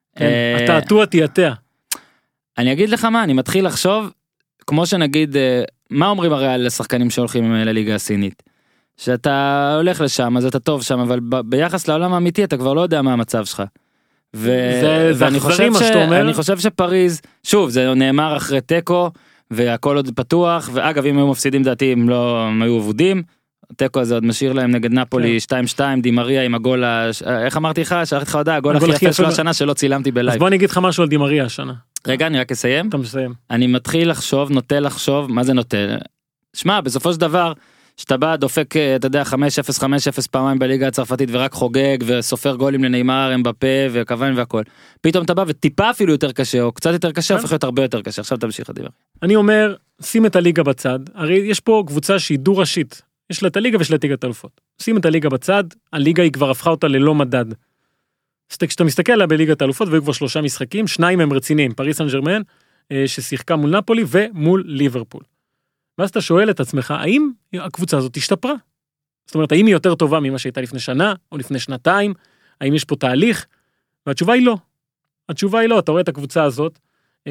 התעתוע תיעתע. אני אגיד לך מה, אני מתחיל לחשוב, כמו שנגיד, מה אומרים הרי על השחקנים שהולכים לליגה הסינית? שאתה הולך לשם, אז אתה טוב שם, אבל ב- ביחס לעולם האמיתי, אתה כבר לא יודע מה המצב שלך. ו- זה, זה ואני חושב, ש- אני חושב שפריז, שוב, זה נאמר אחרי טקו, והכל עוד פתוח, ואגב, אם היו מפסידים דעתי, הם לא הם היו עבודים, טקו הזה עוד משאיר להם נגד נפולי שתיים שתיים, דימריה עם הגול, הש... איך אמרתי לך, שלחתי לך הודעה, הגול הכי יפה של השנה שלא צילמתי בלייב. אז בוא אני אגיד לך משהו על דימריה השנה. רגע, אני רק אסיים. אתה מסיים. אני מתחיל לחשוב, נוטה לחשוב, מה זה נוטה? שמע, בסופו של דבר, שאתה בא, דופק, אתה יודע, חמש אפס חמש אפס פעמיים בליגה הצרפתית, ורק חוגג, וסופר גולים לניימר, אמבפה, וכוון והכל. פתאום אתה בא, וטיפה אפילו יותר קשה, או קצת יותר קשה, הופך להיות הרבה יותר קשה. עכשיו תמשיך לדבר. אני אומר, שים את הליגה בצד. הרי יש פה קבוצה שהיא דו ראשית. יש לה את הליגה ויש לה את ליגת האלופות. שים את הליגה בצד, הליגה היא כבר הפכה אותה ללא מדד. אז כשאתה מסתכל עליה בליגת האלופות, והיו כבר שלושה משחקים, שניים הם רציניים, פריס סן ז'רמן, ששיחקה מול נפולי, ומול ליברפול. ואז אתה שואל את עצמך, האם הקבוצה הזאת השתפרה? זאת אומרת, האם היא יותר טובה ממה שהייתה לפני שנה, או לפני שנתיים? האם יש פה תהליך? והתשובה היא לא. התשובה היא לא, אתה רואה את הקבוצה הזאת,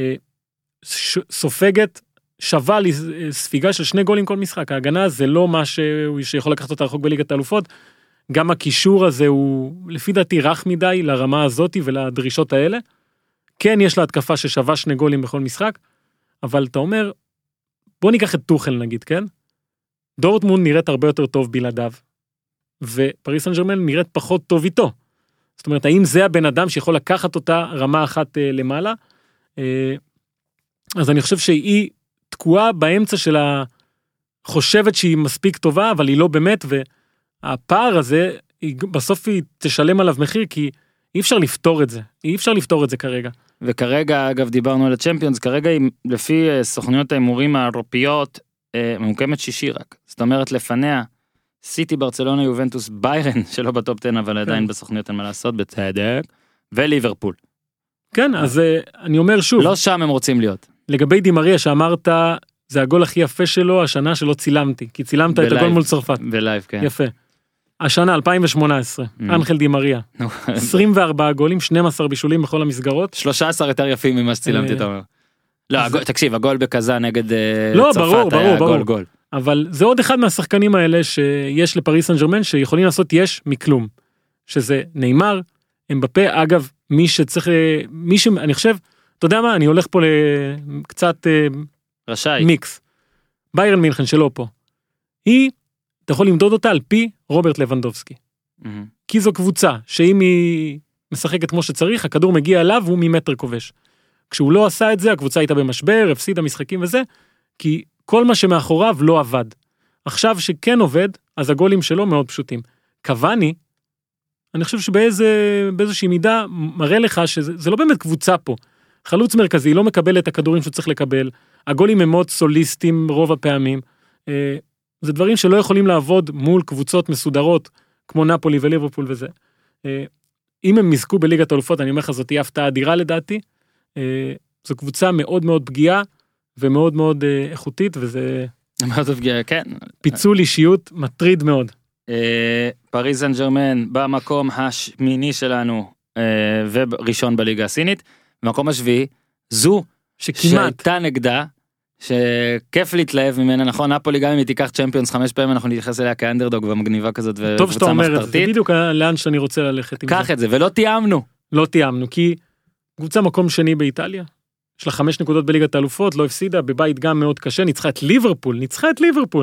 סופגת, שווה לספיגה של שני גולים כל משחק. ההגנה זה לא מה שיכול לקחת אותה רחוק בליגת האלופות, גם הקישור הזה הוא, לפי דעתי, רך מדי לרמה הזאת ולדרישות האלה. כן, יש לה התקפה ששווה שני גולים בכל משחק, אבל אתה אומר, בוא ניקח את טוחל נגיד, כן? דורטמונד נראית הרבה יותר טוב בלעדיו, ופריס סן ז'רמן נראית פחות טוב איתו. זאת אומרת, האם זה הבן אדם שיכול לקחת אותה רמה אחת אה, למעלה? אה, אז אני חושב שהיא תקועה באמצע של החושבת שהיא מספיק טובה, אבל היא לא באמת, והפער הזה, היא, בסוף היא תשלם עליו מחיר, כי אי אפשר לפתור את זה. אי אפשר לפתור את זה כרגע. וכרגע, אגב, דיברנו על הצ'מפיונס, כרגע היא, לפי סוכניות האימורים האירופיות, ממוקמת שישי רק. זאת אומרת, לפניה, סיטי, ברצלונה, יובנטוס, ביירן, שלא בטופ עשר, אבל עדיין בסוכניות אין מה לעשות, בצדק, וליברפול. כן, אז אני אומר שוב. לא שם הם רוצים להיות. לגבי דימריה שאמרת, זה הגול הכי יפה שלו, השנה שלא צילמתי, כי צילמת את הגול מול צרפת. בלייב, כן. יפה. השנה, אלפיים ושמונה עשרה, אנחל דימריה. עשרים וארבעה גולים, שנים עשר בישולים בכל המסגרות. שלושה עשר יותר יפים ממה שצילמתי, אתה אומר. לא, תקשיב, הגול בקזה נגד צרפת היה גול גול. אבל זה עוד אחד מהשחקנים האלה שיש לפריס סן ז'רמן, שיכולים לעשות יש מכלום. שזה ניימר, אמבפה, אגב, מי שצריך, מי ש... אני חושב, אתה יודע מה, אני הולך פה לקצת רשאי. מיקס. ביירן מינכן שלא פה. היא, אתה יכול למדוד אותה על פי רוברט לבנדובסקי. Mm-hmm. כי זו קבוצה, שאם היא משחקת כמו שצריך, הכדור מגיע אליו, הוא ממטר כובש. כשהוא לא עשה את זה, הקבוצה הייתה במשבר, הפסידה משחקים וזה, כי כל מה שמאחוריו לא עבד. עכשיו שכן עובד, אז הגולים שלו מאוד פשוטים. קוואני, אני חושב שבאיזושהי מידה מראה לך שזה לא באמת קבוצה פה. חלוץ מרכזי לא מקבל את הכדורים שהוא צריך לקבל, הגולים הם מאוד סוליסטים רוב הפעמים, זה דברים שלא יכולים לעבוד מול קבוצות מסודרות, כמו נפולי וליברפול וזה. אם הם יזכו בליגת האלופות, אני אומר לך, זאת תהיה הפתעה אדירה לדעתי, זו קבוצה מאוד מאוד פגיעה, ומאוד מאוד איכותית, וזה כן. פיצול אישיות מטריד מאוד. פריז סן ז'רמן במקום השמיני שלנו, וראשון בליגה הסינית, במקום השביעי, זו שהייתה נגדה, שכיף להתלהב ממנה, נכון, נפולי גם אם היא תיקח צ'מפיונס חמש פעמים, אנחנו נתייחס אליה כאנדרדוג ומגניבה כזאת, טוב שאתה אומר את זה, זה בדיוק לאן שאני רוצה ללכת. קח את זה, ולא תיאמנו. לא תיאמנו, כי קבוצה מקום שני באיטליה, יש לה חמש נקודות בליגת האלופות, לא הפסידה, בבית גם מאוד קשה, ניצחה את ליברפול, ניצחה את ליברפול.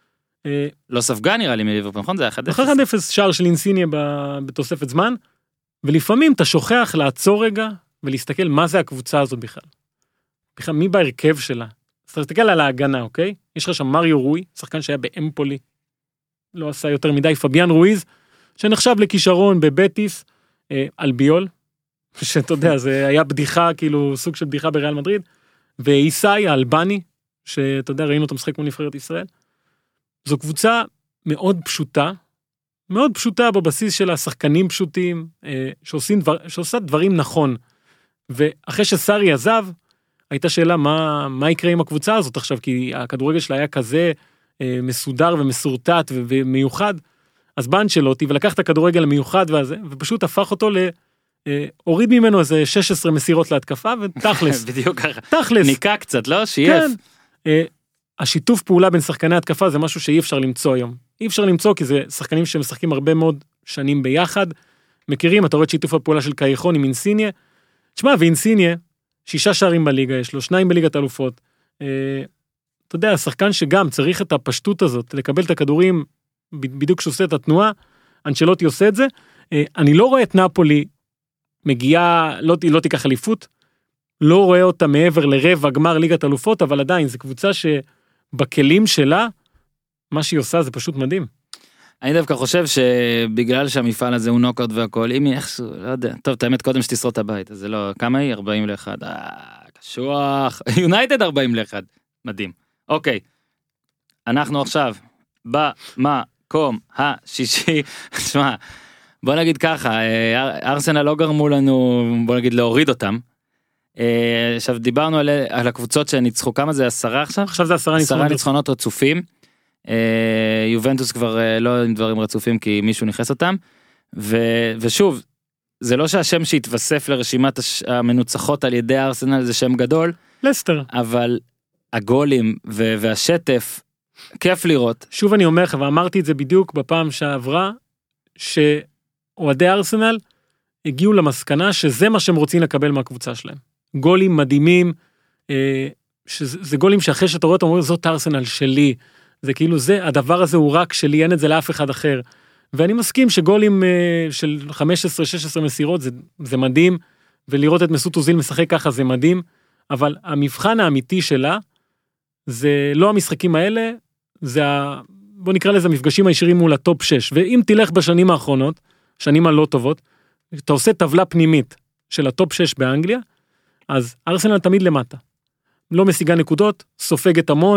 לא ספגה נראה לי מליברפול, נכון? זה היה אחד אפס. אחד אפס, שער של אינסיניה בתוספת זמן, ולפעמים אתה שוכח לעצור רגע, ולהסתכל מה זה הקבוצה הזאת בכלל. בכלל, מי בהרכב שלה? אז אתה תסתכל על ההגנה, אוקיי? יש לך שם מריו רוי, שחקן שהיה באמפולי, לא עשה יותר מדי, פביאן רויז, שנחשב לכישרון בבטיס, אלביול, שאתה יודע, זה היה בדיחה, כאילו סוג של בדיחה בריאל מדריד, ואיסאי האלבני, שאתה יודע, ראינו אותו משחק מול נבחרת ישראל. זו קבוצה מאוד פשוטה, מאוד פשוטה בבסיס של השחקנים פשוטים, שעושים דבר, שעושה דברים נכון. ואחרי שסארי עזב, הייתה שאלה מה, מה יקרה עם הקבוצה הזאת עכשיו, כי הכדורגל שלה היה כזה מסודר ומסורטט ומיוחד, אז בא אנצ'לוטי ולקח את הכדורגל המיוחד והזה, ופשוט הפך אותו ל... הוריד ממנו איזה שש עשרה מסירות להתקפה, ותכלס. בדיוק ככה. תכלס. ניקה קצת, לא? שייף. כן. השיתוף פעולה בין שחקני התקפה זה משהו שאי אפשר למצוא היום. אי אפשר למצוא כי זה שחקנים שמשחקים הרבה מאוד שנים ביחד. מכירים, אתה רואה את שיתוף הפעולה של קייחון עם אינסיניה. תשמע, ואינסיניה, שישה שערים בליגה יש לו, שניים בליגת אלופות. אתה יודע, השחקן שגם צריך את הפשטות הזאת, לקבל את הכדורים בדיוק שעושה את התנועה, אנצ'לוטי עושה את זה. אני לא רואה את נפולי מגיעה, לא, לא תיקח אליפות, לא רואה אותה מעבר לרבע גמר ליגת אלופות, אבל עדיין, זו קבוצה שבכלים שלה, מה שהיא עושה זה פשוט מדהים. אני דווקא חושב שבגלל שהמפעל הזה הוא נוקאוט והכל, אם היא איכשהו, לא יודע, טוב, את האמת קודם שתשרוד את הבית, אז זה לא, כמה היא? ארבעים ואחת, אה, קשוח, יונייטד ארבעים ואחת, מדהים. אוקיי, אנחנו עכשיו במקום השישי, תשמע, בוא נגיד ככה, ארסנל לא גרמו לנו, בוא נגיד להוריד אותם, עכשיו דיברנו על, על הקבוצות שניצחו, כמה זה עשרה עכשיו? עכשיו זה עשרה ניצחונות. עשרה ניצחונות רצופים, יובנטוס כבר לא עם דברים רצופים כי מישהו נכנס אותם, ו, ושוב, זה לא שהשם שהתווסף לרשימת המנוצחות על ידי ארסנל זה שם גדול, לסטר, אבל הגולים ו, והשטף, כיף לראות. שוב אני אומר לך, ואמרתי את זה בדיוק בפעם שעברה, שאוהדי ארסנל הגיעו למסקנה שזה מה שהם רוצים לקבל מהקבוצה שלהם. גולים מדהימים, שזה גולים שאחרי שאתה רואה, אתה אומר, זאת ארסנל שלי, זה כאילו זה, הדבר הזה הוא רק שלי, אין את זה לאף אחד אחר. ואני מסכים שגולים של חמש עשרה שש עשרה מסירות, זה, זה מדהים, ולראות את מסות אוזיל משחק ככה זה מדהים, אבל המבחן האמיתי שלה, זה לא המשחקים האלה, זה ה... בוא נקרא לזה המפגשים הישירים מול הטופ שש, ואם תלך בשנים האחרונות, שנים הלא טובות, אתה עושה טבלה פנימית של הטופ שש באנגליה, אז ארסנל תמיד למטה. לא משיגה נקודות, סופגת המון,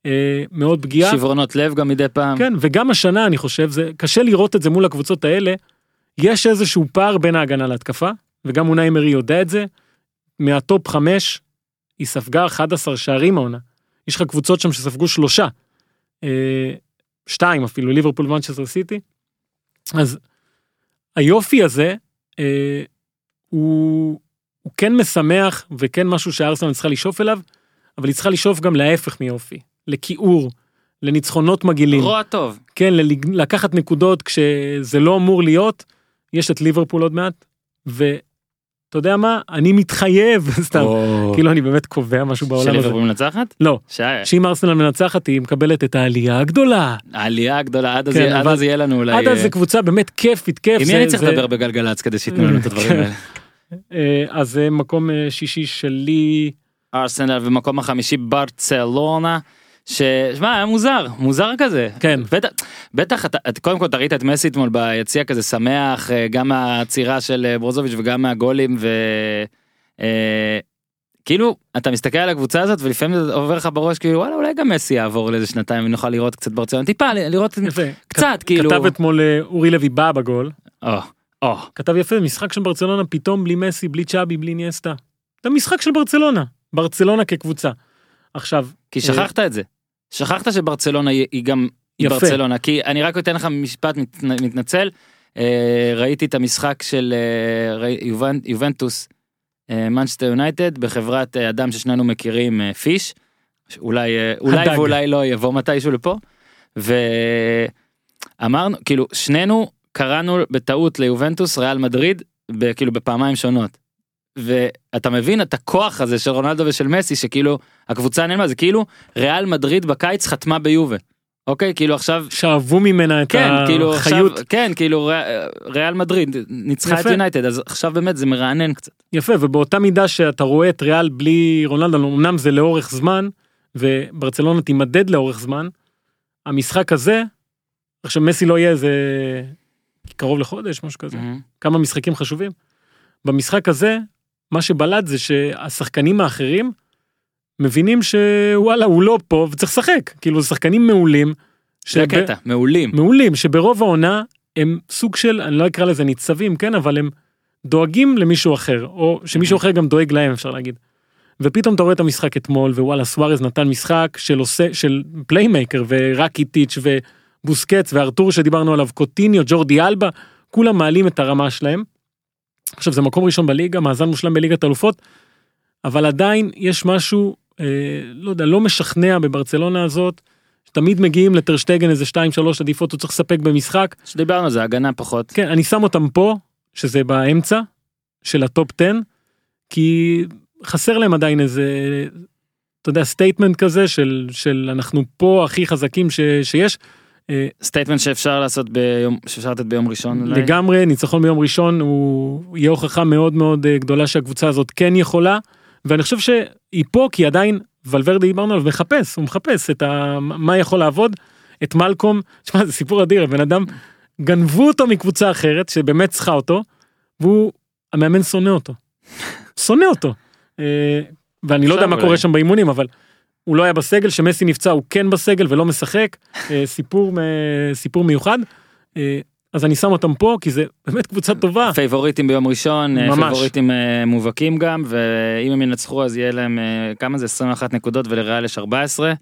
אה, מאוד פגיעה. שברונות לב גם מדי פעם. כן, וגם השנה אני חושב, זה קשה לראות את זה מול הקבוצות האלה, יש איזשהו פער בין ההגנה להתקפה, וגם אונאי אמרי יודע את זה, מהטופ חמש, היא ספגה אחד עשר שערים העונה. יש לך קבוצות שם שספגו שלושה, אה, שתיים אפילו, ליברפול ומנצ'סטר סיטי. אז היופי הזה, אה, הוא, הוא כן משמח, וכן משהו שארסנל צריכה לשאוף אליו, אבל היא צריכה לשאוף גם להפך מיופי, לכיעור, לניצחונות מגעילים. רוע טוב. כן, לקחת נקודות כשזה לא אמור להיות, יש את ליברפול עוד מעט, ואתה יודע מה? אני מתחייב, סתם, כאילו אני באמת קובע משהו בעולם הזה. שליברפול מנצחת? לא, שאם ארסנל מנצחת היא מקבלת את העלייה הגדולה. העלייה הגדולה, עד אז יהיה לנו אולי... עד אז זה קבוצה באמת כיפית, כיף. עם מי אני צריך לדבר בגלגלץ כדי שיתנו לנו את הדברים האלה? אז זה מקום שישי שלי. ארסנל ומקום החמישי ברצלונה. ששמע, היה מוזר, מוזר כזה. כן. בטח, בטח, אתה, קודם כל, אתה ראית את מסי אתמול ביציע כזה שמח, גם מהצירה של ברוזוביץ' וגם מהגולים, ו... אה, כאילו, אתה מסתכל על הקבוצה הזאת, ולפעמים זה עובר לך בראש, כאילו, וואלה, אולי גם מסי יעבור לאיזה שנתיים, ונוכל לראות קצת ברצלונה, טיפה, לראות יפה. קצת, כ- כאילו... כתב אתמול אורי לוי בא בגול. או, או. כתב יפה, משחק של ברצלונה, פתאום בלי מסי, בלי צ'אבי, בלי ניאסטה. זה משחק של ברצלונה. ברצלונה כקבוצה. עכשיו... כי שכחת את זה. שכחת שברצלונה היא גם היא ברצלונה, כי אני רק אתן לך משפט מתנצל, ראיתי את המשחק של יובנטוס, מנצ'סטר יונייטד, בחברת אדם ששנינו מכירים, פיש, אולי אולי ואולי לא יבוא מתישהו לפה, ואמרנו, כאילו, שנינו קראנו בטעות ליובנטוס ריאל מדריד, כאילו בפעמיים שונות. ואתה מבין את הכוח הזה של רונלדו ושל מסי, שכאילו הקבוצה נעלמה, זה כאילו ריאל מדריד בקיץ חתמה ביובה, אוקיי? כאילו עכשיו... שאהבו ממנה את כן, כאילו החיות. עכשיו, כן, כאילו ריאל מדריד ניצחה את יונייטד, אז עכשיו באמת זה מרענן קצת. יפה, ובאותה מידה שאתה רואה את ריאל בלי רונלדו, אמנם זה לאורך זמן, וברצלונה תימדד לאורך זמן, המשחק הזה, עכשיו מסי לא יהיה איזה קרוב לחודש, משהו כזה, mm-hmm. כמה משחקים חשובים. במשחק הזה, מה שבלד זה שהשחקנים האחרים מבינים שוואלה, הוא לא פה וצריך לשחק. כאילו, זה שחקנים מעולים. זה הקטע, מעולים. מעולים, שברוב העונה הם סוג של, אני לא אקרא לזה ניצבים, כן, אבל הם דואגים למישהו אחר, או שמישהו אחר גם דואג להם, אפשר להגיד. ופתאום אתה רואה את המשחק אתמול, ווואלה, סוארז נתן משחק של עושה, של פליימייקר, וראקיטיץ' ובוסקץ, וארתור שדיברנו עליו, קוטיניו, ג'ורדי אלבה, כולם מעלים את הרמה שלהם. עכשיו, זה מקום ראשון בליגה, מאזן מושלם בליגת אלופות, אבל עדיין יש משהו, אה, לא יודע, לא משכנע בברצלונה הזאת, שתמיד מגיעים לטרשטגן איזה שתיים שלוש עדיפות, הוא צריך לספק במשחק. שדיברנו, זה הגנה פחות. כן, אני שם אותם פה, שזה באמצע, של הטופ עשר, כי חסר להם עדיין איזה, אתה יודע, סטייטמנט כזה, של, של אנחנו פה הכי חזקים ש, שיש, סטייטמנט שאפשר לעשות ביום, שאפשר לתת ביום ראשון אולי? לגמרי, ניצחון ביום ראשון הוא יהיה הוכחה מאוד מאוד גדולה שהקבוצה הזאת כן יכולה, ואני חושב שהיא פה כי עדיין ולוורדי דיברנו עליו מחפש, הוא מחפש את ה... מה יכול לעבוד, את מלקום, תשמע, זה סיפור אדיר, הבן אדם גנבו אותו מקבוצה אחרת שבאמת צריכה אותו, והוא, המאמן שונא אותו, שונא אותו, ואני לא יודע מה קורה שם באימונים, אבל הוא לא היה בסגל, שמסי נפצע, הוא כן בסגל ולא משחק, סיפור, סיפור מיוחד, אז אני שם אותם פה, כי זה באמת קבוצה טובה. פייבוריטים ביום ראשון, ממש. פייבוריטים מובהקים גם, ואם הם ינצחו אז יהיה להם, כמה זה? עשרים ואחת נקודות, ולריאל יש ארבע עשרה.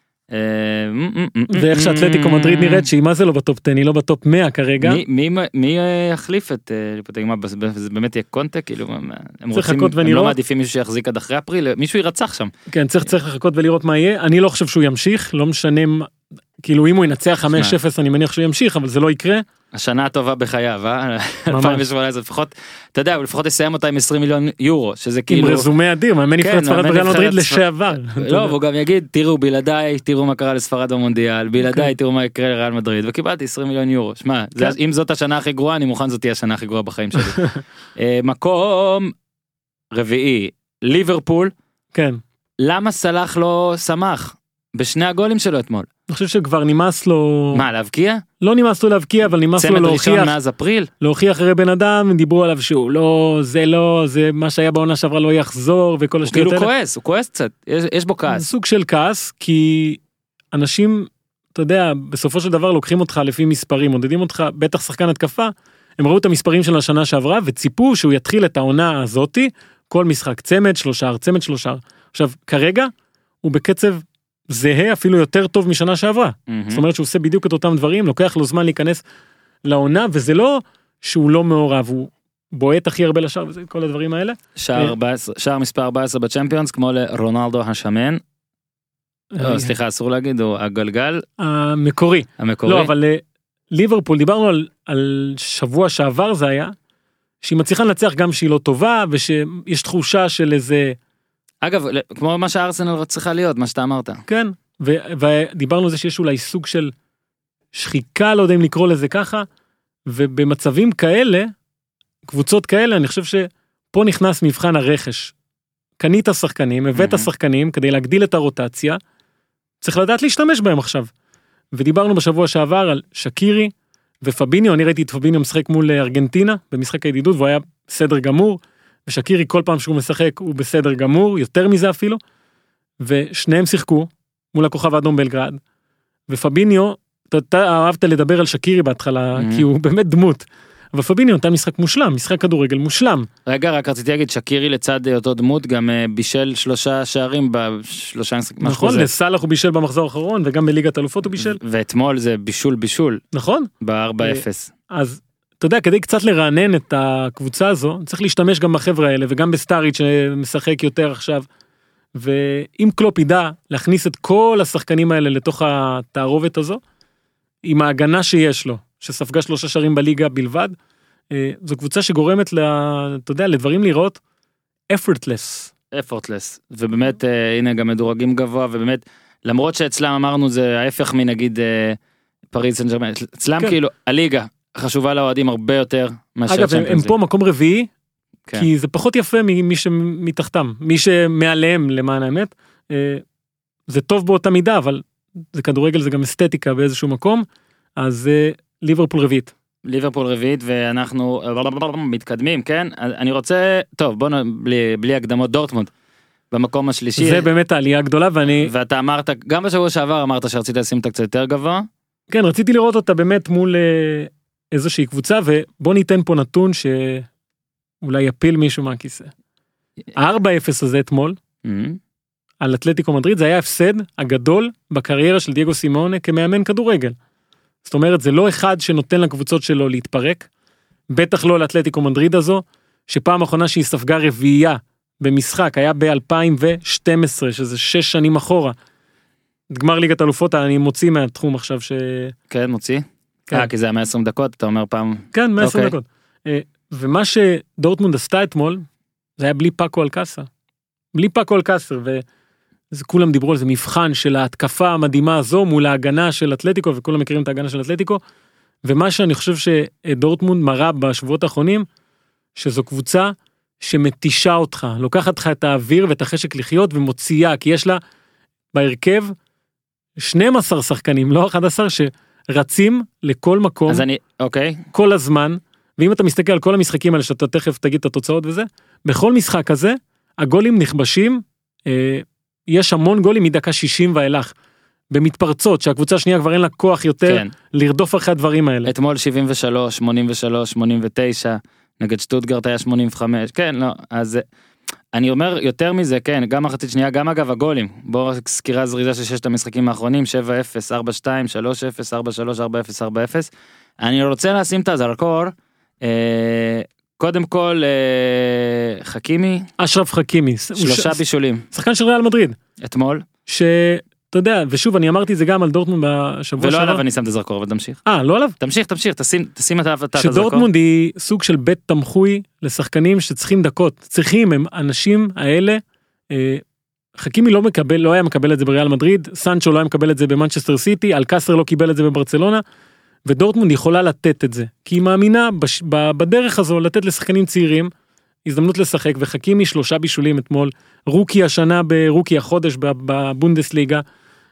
ואיך שאטלטיקו מדריד נראית, שהיא מה זה לא בטופ עשר, היא לא בטופ מאה כרגע. מי, מי, מי יחליף את ליפוטגמה? זה באמת יהיה קונטה, כאילו, הם רוצים, הם לא מעדיפים מישהו שיחזיק עד אחרי אפריל, מישהו ירצח שם. כן, צריך, צריך לחכות ולראות מה יהיה. אני לא חושב שהוא ימשיך, לא משנה, כאילו אם הוא ינצח חמש אפס, אני מניח שהוא ימשיך, אבל זה לא יקרה. השנה הטובה בחייו, אה? אלפיים ושמונה עשרה, לפחות, אתה יודע, לפחות יסיים אותה עם עשרים מיליון יורו, שזה כאילו... עם רזומה אדיר, מאמן נבחרת ספרד בריאל מדריד לשעבר. לא, והוא גם יגיד, תראו, בלעדיי, תראו מה קרה לספרד במונדיאל, בלעדיי, תראו מה יקרה לריאל מדריד, וקיבלתי עשרים מיליון יורו. שמע, אם זאת השנה הכי גרועה, אני מוכן זאת תהיה השנה הכי גרועה בחיים שלי. מקום רביעי, ליברפול. כן. למה סלאח לא שמח בשני הגולים שלו אתמול? אני חושב שכבר נמאס לו... מה, להבקיע? לא נמאס לו להבקיע, אבל נמאס לו להוכיח... צמד ראשון מאז אפריל? להוכיח אחרי בן אדם, דיברו עליו שהוא לא, זה לא, זה מה שהיה בעונה שעברה לא יחזור, וכל השטויות האלה. הוא כאילו כועס, הוא כועס קצת, יש, יש בו כעס. סוג של כעס, כי אנשים, אתה יודע, בסופו של דבר לוקחים אותך לפי מספרים, מודדים אותך, בטח שחקן התקפה, הם ראו את המספרים של השנה שעברה, וציפו שהוא יתחיל את העונה הזאתי, כל משחק צמד, שלושה, צמד, שלושה. עכשיו, כרגע, הוא בקצב זהה, אפילו יותר טוב משנה שעברה. Mm-hmm. זאת אומרת שהוא עושה בדיוק את אותם דברים, לוקח לו זמן להיכנס לעונה, וזה לא שהוא לא מעורב, הוא בועט הכי הרבה לשער, וזה כל הדברים האלה. שער, ארבע עשרה, שער מספר ארבע עשרה בצ'מפיונס, כמו לרונלדו השמן. לא, סליחה, אסור להגיד, הוא הגלגל. המקורי. המקורי. לא, אבל ליברפול, דיברנו על, על שבוע שעבר זה היה, שהיא מצליחה לנצח גם שהיא לא טובה, ושיש תחושה של איזה... אגב, כמו מה שהארסנל צריכה להיות, מה שאתה אמרת. כן, ו- ודיברנו על זה שיש אולי סוג של שחיקה, לא יודע אם לקרוא לזה ככה, ובמצבים כאלה, קבוצות כאלה, אני חושב שפה נכנס מבחן הרכש. קנית שחקנים, הבאת שחקנים, כדי להגדיל את הרוטציה, צריך לדעת להשתמש בהם עכשיו. ודיברנו בשבוע שעבר על שקירי ופביניו, אני ראיתי את פביניו משחק מול ארגנטינה, במשחק הידידות, והוא היה בסדר גמור, ושקירי כל פעם שהוא משחק הוא בסדר גמור, יותר מזה אפילו, ושניהם שיחקו מול הכוכב האדום בלגרד, ופביניו, אתה אהבת לדבר על שקירי בהתחלה, כי הוא באמת דמות, אבל פביניו נתן משחק מושלם, משחק כדורגל מושלם. רגע, רק רציתי להגיד, שקירי לצד אותו דמות, גם בישל שלושה שערים בשלושה משחקים. נכון, לסלח הוא בישל במחזור האחרון, וגם בליגת אלופות הוא בישל. ואתמול זה בישול בישול. נכון. ב-ארבע אפס. אז, אתה יודע, כדי קצת לרענן את הקבוצה הזו, צריך להשתמש גם בחבר'ה האלה, וגם בסטאריץ' שמשחק יותר עכשיו, ואם קלופ ידע להכניס את כל השחקנים האלה לתוך התערובת הזו, עם ההגנה שיש לו, שספגה שלושה שערים בליגה בלבד, זו קבוצה שגורמת, אתה יודע, לדברים לראות effortless. effortless, ובאמת, הנה גם מדורגים גבוה, ובאמת, למרות שאצלם אמרנו, זה ההפך מנגיד פריז סן ז'רמן, אצלם כאילו, הליגה חשובה לאוהדים הרבה יותר מאשר צ'מפיונס ליג. אגב, הם פה מקום רביעי, כן. כי זה פחות יפה ממי שמתחתם, מי שמעליהם למען האמת, זה טוב באותה מידה, אבל זה כדורגל, זה גם אסתטיקה באיזשהו מקום, אז ליברפול רביעית. ליברפול רביעית, ואנחנו מתקדמים, כן? אני רוצה, טוב, בוא נ... בלי, בלי הקדמות, דורטמונד, במקום השלישי. זה באמת העלייה הגדולה, ואני... ואתה אמרת, גם בשבוע שעבר אמרת שרצית לשים אותה קצת יותר גבוה. כן, רציתי לראות אותה באמת מול איזושהי קבוצה, ובוא ניתן פה נתון שאולי יפיל מישהו מהכיסא. ה-ארבע אפס הזה אתמול, על אתלטיקו מדריד, זה היה הפסד הגדול בקריירה של דייגו סימאונה כמאמן כדורגל. זאת אומרת, זה לא אחד שנותן לקבוצות שלו להתפרק, בטח לא לאתלטיקו מדריד הזו, שפעם האחרונה שהיא ספגה רביעייה במשחק, היה ב-אלפיים ושתים עשרה, שזה שש שנים אחורה. את גמר ליגת אלופות, אני מוציא מהתחום עכשיו ש... כן, מוציא? כן. אה, כי זה היה מאה ועשרים דקות, אתה אומר פעם... כן, מאה ועשרים דקות. ומה שדורטמונד עשתה אתמול, זה היה בלי פאקו אלקאסר. בלי פאקו אלקאסר, ו... אז כולם דיברו על זה מבחן של ההתקפה המדהימה הזו מול ההגנה של אתלטיקו, וכולם מכירים את ההגנה של אתלטיקו, ומה שאני חושב שדורטמונד מראה בשבועות האחרונים, שזו קבוצה שמתישה אותך, לוקחת לך את האוויר ואת החשק לחיות ומוציאה, כי יש לה בהרכב שנים עשר שחקנים, לא אחד עשר, שרצים לכל מקום, אז אני, אוקיי. כל הזמן, ואם אתה מסתכל על כל המשחקים האלה, שאתה תכף תגיד את התוצאות וזה, בכל משחק הזה, הגולים נכבשים, אה, יש המון גולים מדקה שישים ואילך, במתפרצות, שהקבוצה השנייה כבר אין לה כוח יותר, כן. לרדוף אחרי הדברים האלה. אתמול שבעים ושלוש, שמונים ושלוש, שמונים ותשע, נגד שטוטגרט היה שמונים וחמש, כן, לא, אז אני אומר יותר מזה, כן, גם מחצית שנייה, גם אגב הגולים, בואו רק סקירה זריזה של ששת המשחקים האחרונים, שבע אפס, ארבע שתיים, שלוש אפס, ארבע שלוש, ארבע אפס, ארבע אפס, אני רוצה לשים את הזרקור, אה, קודם כל, אה, חכימי. אשרף חכימי. שלושה ש... בישולים. שחקן של ריאל מדריד. אתמול. שאתה יודע, ושוב, אני אמרתי זה גם על דורטמונד בשבוע ולא שעבר. עליו אני שם את הזרקור, אבל תמשיך. אה, לא עליו? תמשיך, תמשיך, תשים, תשים את הזרקור. שדורטמונד היא סוג של בית תמחוי לשחקנים שצריכים דקות. צריכים, הם אנשים האלה, אה, חכימי לא מקבל, לא היה מקבל את זה בריאל מדריד, סנצ'ו לא היה מקבל את זה במנצ'סטר סיטי, אלקאסר לא קיבל את זה בברצלונה, ודורטמונד יכולה לתת את זה, כי היא מאמינה בש... בדרך הזו לתת לשחקנים צעירים, הזדמנות לשחק, וחכימי שלושה בישולים אתמול, רוקי השנה ברוקי החודש בבונדסליגה,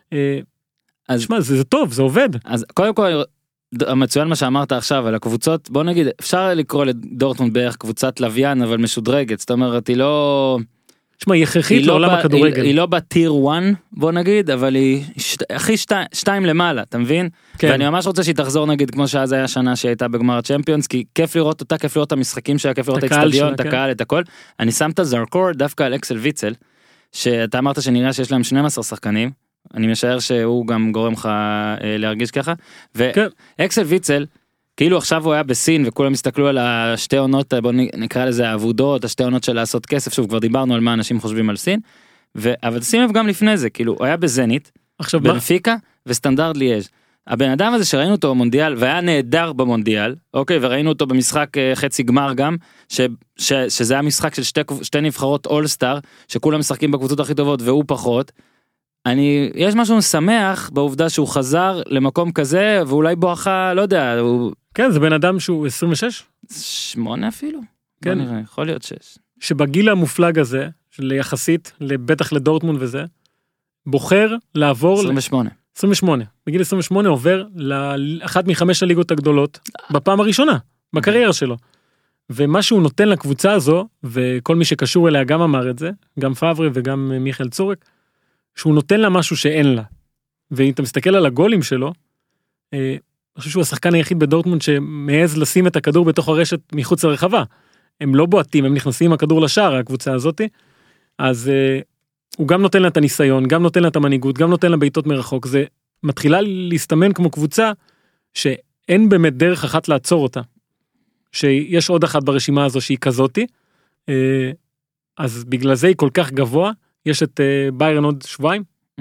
אז שמה, זה, זה טוב, זה עובד. אז קודם כל, המצוין מה שאמרת עכשיו על הקבוצות, בוא נגיד, אפשר לקרוא לדורטמונד בערך קבוצת לוויין, אבל משודרגת, זאת אומרת, היא לא... תשמע, היא הכרחית לעולם הכדורגל. היא לא בטיר אחת, בוא נגיד, אבל היא הכי שתיים למעלה, אתה מבין? ואני ממש רוצה שהיא תחזור נגיד, כמו שאז היה שנה שהייתה בגמר הצ'מפיונס, כי כיף לראות אותה, כיף לראות את המשחקים שלה, כיף לראות את האצטדיון, את הקהל, את הכל. אני שם את הזרקור דווקא על אקסל ויצל, שאתה אמרת שנראה שיש להם שנים עשר שחקנים, אני משער שהוא גם גורם לך להרגיש ככה, ואקסל ויצל, כאילו עכשיו הוא היה בסין וכולם הסתכלו על השתי עונות, בוא נקרא לזה העבודות, השתי עונות של לעשות כסף, שוב כבר דיברנו על מה אנשים חושבים על סין, ו... אבל שים לב גם לפני זה, כאילו הוא היה בזנית, בנפיקה וסטנדרט ליאז'. הבן אדם הזה שראינו אותו במונדיאל, והיה נהדר במונדיאל, אוקיי, וראינו אותו במשחק חצי גמר גם, ש... ש... שזה היה משחק של שתי, שתי נבחרות אול-סטאר, שכולם משחקים בקבוצות הכי טובות והוא פחות, אני, יש משהו שמח בעובדה שהוא חזר למקום כזה, ואולי בואכה, לא יודע, הוא... כן, זה בן אדם שהוא עשרים ושש? שמונה אפילו? כן. נראה, יכול להיות שש. שבגיל המופלג הזה, של יחסית, בטח לדורטמונד וזה, בוחר לעבור... עשרים ושמונה. עשרים ושמונה. בגיל עשרים ושמונה עובר לאחת מחמש הליגות הגדולות, בפעם הראשונה, בקריירה שלו. ומה שהוא נותן לקבוצה הזו, וכל מי שקשור אליה גם אמר את זה, גם פאברי וגם מיכאל צורק, שהוא נותן לה משהו שאין לה. ואם אתה מסתכל על הגולים שלו, אה, אני חושב שהוא השחקן היחיד בדורטמונד שמעז לשים את הכדור בתוך הרשת מחוץ לרחבה. הם לא בועטים, הם נכנסים עם הכדור לשער, הקבוצה הזאת. אז אה, הוא גם נותן לה את הניסיון, גם נותן לה את המנהיגות, גם נותן לה בעיטות מרחוק. זה מתחילה להסתמן כמו קבוצה שאין באמת דרך אחת לעצור אותה. שיש עוד אחת ברשימה הזו שהיא כזאתי. אה, אז בגלל זה היא כל כך גבוה. יש את ביירן עוד שבועיים?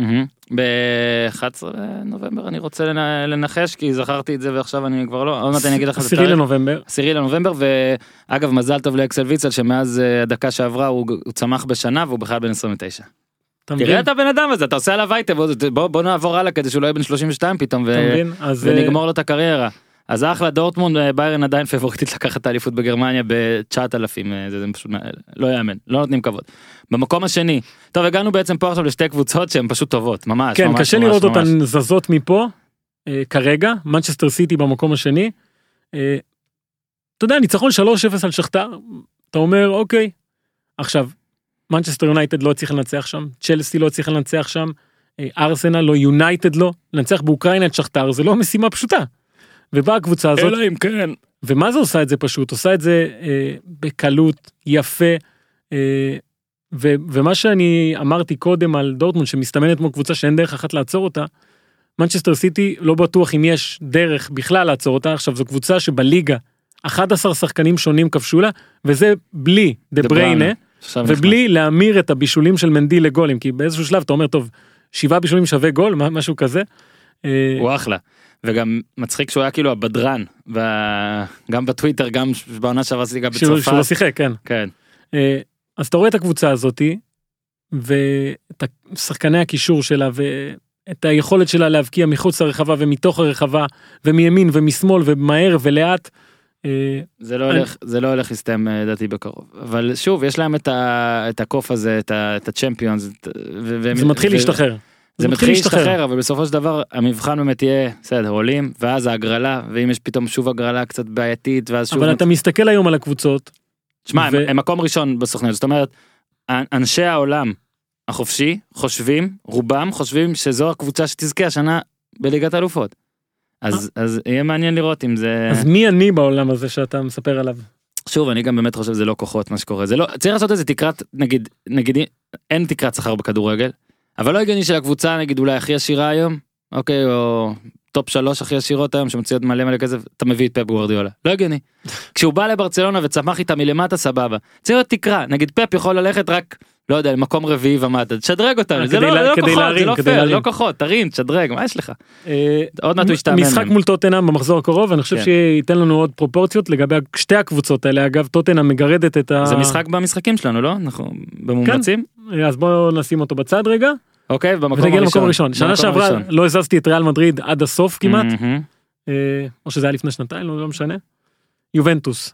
ב-אחד עשר לנובמבר אני רוצה לנחש, כי זכרתי את זה ועכשיו אני כבר לא, עוד מעט אני אגיד לך את עשירי לנובמבר. עשירי לנובמבר, ואגב מזל טוב לאקסל ויצל, שמאז הדקה שעברה הוא צמח בשנה, והוא בכלל בן עשרים ותשע. תראה את הבן אדם הזה, אתה עושה עליו הייטב, בוא נעבור הלאה כדי שהוא לא יהיה בן שלושים ושתיים פתאום, ונגמור לו את הקריירה. אז אחלה, דורטמונד, ביירן עדיין פייבוריטית לקחת את האליפות בגרמניה ב-תשעת אלפים, זה, זה פשוט לא יאמן, לא נותנים כבוד. במקום השני, טוב, הגענו בעצם פה עכשיו לשתי קבוצות שהן פשוט טובות, ממש, כן, ממש, קשה ממש, לראות ממש. אותן זזות מפה, אה, כרגע, מנצ'סטר סיטי במקום השני, אה, אתה יודע, ניצחון שלוש אפס על שכתר, אתה אומר, אוקיי, עכשיו, מנצ'סטר יונייטד לא צריך לנצח שם, צ'לסי לא צריך לנצח שם, אה, ארסנל לא, יונייטד לא, לנצח באוקראינה את שכתר, זה לא משימה פשוטה. ובאה הקבוצה הזאת, אלא אם כן. ומה זה עושה את זה פשוט? עושה את זה אה, בקלות, יפה, אה, ו, ומה שאני אמרתי קודם על דורטמונד, שמסתמנת כמו קבוצה שאין דרך אחת לעצור אותה, מנצ'סטר סיטי לא בטוח אם יש דרך בכלל לעצור אותה, עכשיו זו קבוצה שבליגה, אחד עשר שחקנים שונים כבשו לה, וזה בלי דה בריינה, ובלי להמיר את הבישולים של מנדי לגולים, כי באיזשהו שלב אתה אומר, טוב, שבעה בישולים שווה גול, משהו כזה. הוא אחלה. וגם מצחיק שהוא היה כאילו הבדרן, גם בטוויטר, גם בעונה שעברה ליגה בצרפת. שהוא לא שיחק, כן. כן. אז אתה רואה את הקבוצה הזאת, ואת שחקני הקישור שלה, ואת היכולת שלה להבקיע מחוץ לרחבה, ומתוך הרחבה, ומימין ומשמאל, ומהר ולאט. זה לא הולך, זה לא הולך להסתיים דעתי בקרוב. אבל שוב, יש להם את הקוף הזה, את הצ'מפיונס. זה מתחיל להשתחרר. זה מתחיל להשתחרר, אבל בסופו של דבר המבחן באמת יהיה, בסדר, עולים, ואז ההגרלה, ואם יש פתאום שוב הגרלה קצת בעייתית, ואז שוב... אבל אתה מסתכל היום על הקבוצות. שמע, הם מקום ראשון בסוכנות, זאת אומרת, אנשי העולם החופשי חושבים, רובם חושבים שזו הקבוצה שתזכה השנה בליגת האלופות. אז יהיה מעניין לראות אם זה... אז מי אני בעולם הזה שאתה מספר עליו? שוב, אני גם באמת חושב שזה לא כוחות מה שקורה, זה לא, צריך לעשות איזה תקרת, נגיד, נגיד, אין תקרת שכר בכדורגל, אבל לא הגיוני של הקבוצה, נגיד אולי הכי עשירה היום, אוקיי, או טופ שלוש הכי עשירות היום, שמציעות מלא מלא כסף, אתה מביא את פפ גוארדיולה. לא הגיוני. כשהוא בא לברצלונה וצמח איתה מלמטה, סבבה. צריך להיות תקרה, נגיד פפ יכול ללכת רק, לא יודע, למקום רביעי ומטה, תשדרג אותנו, זה לא כוחות, זה לא פייר, לא כוחות, תרים, תשדרג, מה יש לך? עוד מעט הוא ישתעמם. משחק מול טוטנהאם במחזור הקרוב, אני חושב שייתן לנו עוד פרופורציות לגבי שתי הקבוצות האלה, אגב, טוטנהאם מגרדת את ה... זה משחק במשחקים שלנו, לא? אנחנו במומלצים? אז בואו נשים אותו בצד רגע. אוקיי, במקום הראשון. שנה שעברה לא הזזתי את ריאל מדריד עד הסוף כמעט, או שזה היה לפני שנתיים, לא משנה. יובנטוס.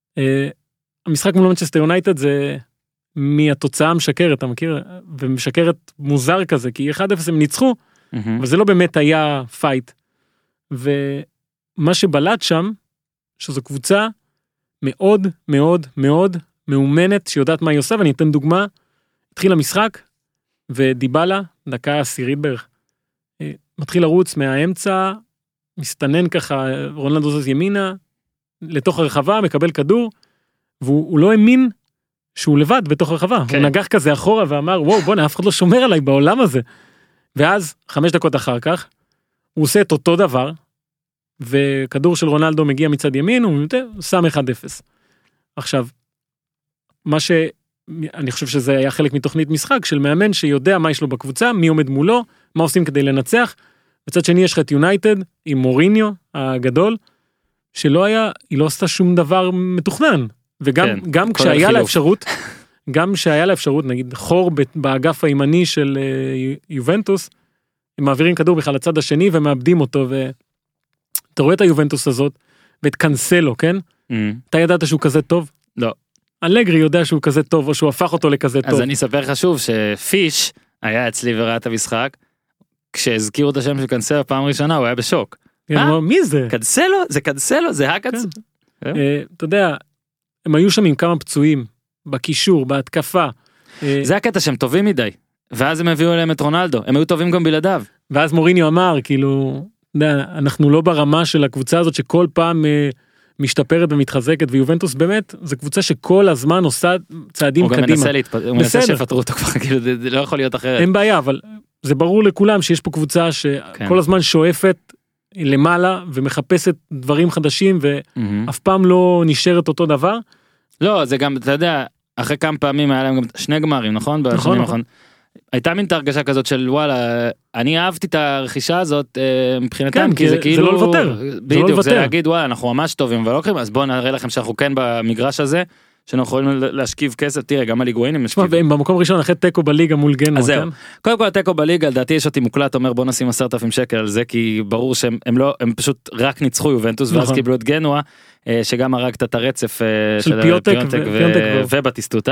המשחק מול מנצ'סטר יונייטד זה מהתוצאה משקרת, אתה מכיר? ומשקרת מוזר כזה, כי אחד אפס הם ניצחו, אבל זה לא באמת היה פייט. ומה שבלט שם, שזו קבוצה מאוד מאוד מאוד מאומנת, שיודעת מה היא עושה, ואני אתן דוגמה, התחיל המשחק, ודיבלה, דקה עשירית בערך, מתחיל לרוץ מהאמצע, מסתנן ככה, רונלדו זז ימינה, לתוך הרחבה, מקבל כדור, והוא לא האמין שהוא לבד בתוך הרחבה. כן. הוא נגח כזה אחורה ואמר, וואו, בוא, אף אחד לא שומר עליי בעולם הזה. ואז, חמש דקות אחר כך, הוא עושה את אותו דבר, וכדור של רונלדו מגיע מצד ימין, הוא שם אחד אפס. עכשיו, מה ש... אני חושב שזה היה חלק מתוכנית משחק, של מאמן שיודע מה יש לו בקבוצה, מי עומד מולו, מה עושים כדי לנצח. בצד שני יש לך את יונייטד, עם מוריניו הגדול, שלא היה, היא לא עשתה שום דבר מתוכנן. וגם כן, גם כשהיה לה אפשרות, גם כשהיה לה אפשרות, נגיד חור באגף הימני של יובנטוס, הם מעבירים כדור בכלל לצד השני ומאבדים אותו, ואתה רואה את היובנטוס הזאת, ואת קנסלו, כן? Mm. אתה ידעת שהוא כזה טוב? לא. אלגרי יודע שהוא כזה טוב, או שהוא הפך אותו לכזה טוב. אז אני אספר לך שוב, שפיש היה אצלי וראה את המשחק, כשהזכירו את השם של קנסלו פעם ראשונה, הוא היה בשוק. מי זה? קנסלו? זה קנסלו? זה הקנסלו? אתה יודע, הם היו שם עם כמה פצועים, בקישור, בהתקפה. זה הקטע שהם טובים מדי, ואז הם הביאו אליהם את רונלדו, הם היו טובים גם בלעדיו. ואז מוריניו אמר, כאילו, אנחנו לא ברמה של הקבוצה הזאת שכל פעם משתפרת ומתחזקת, ויובנטוס באמת, זו קבוצה שכל הזמן עושה צעדים קדימה. הוא מנסה שיפטרו אותו כבר, כאילו, זה לא יכול להיות אחרת. אין בעיה, אבל זה ברור לכולם שיש פה קבוצה שכל הזמן שואפת למעלה, ומחפשת דברים חדשים, ואף פעם לא נשארת אותו דבר. לא, זה גם, אתה יודע, אחרי כמה פעמים היה להם גם שני גמרים, נכון? נכון, נכון. הייתה מין תרגשה כזאת של וואלה, אני אהבתי את הרכישה הזאת מבחינתם, כי זה כאילו... זה לא לוותר. בדיוק, זה להגיד וואלה, אנחנו ממש טובים, אבל לא קרים, אז בואו נראה לכם שאנחנו כן במגרש הזה, שאנחנו יכולים להשכיב כסף, תראה, גם הליגואינים משכיב. והם במקום ראשון, אחרי טקו בליגה מול גנוע, כן? קודם כל, הטקו בליגה, לדעתי יש אותי מוקלט, אומר בוא נשים עשרת אלפים שקל על זה, כי ברור שהם לא, הם פשוט רק ניצחו יובנטוס, ואז קיבלו את גנוע, שגם הרג את הרצף של פיונטק ובטיסטוטה,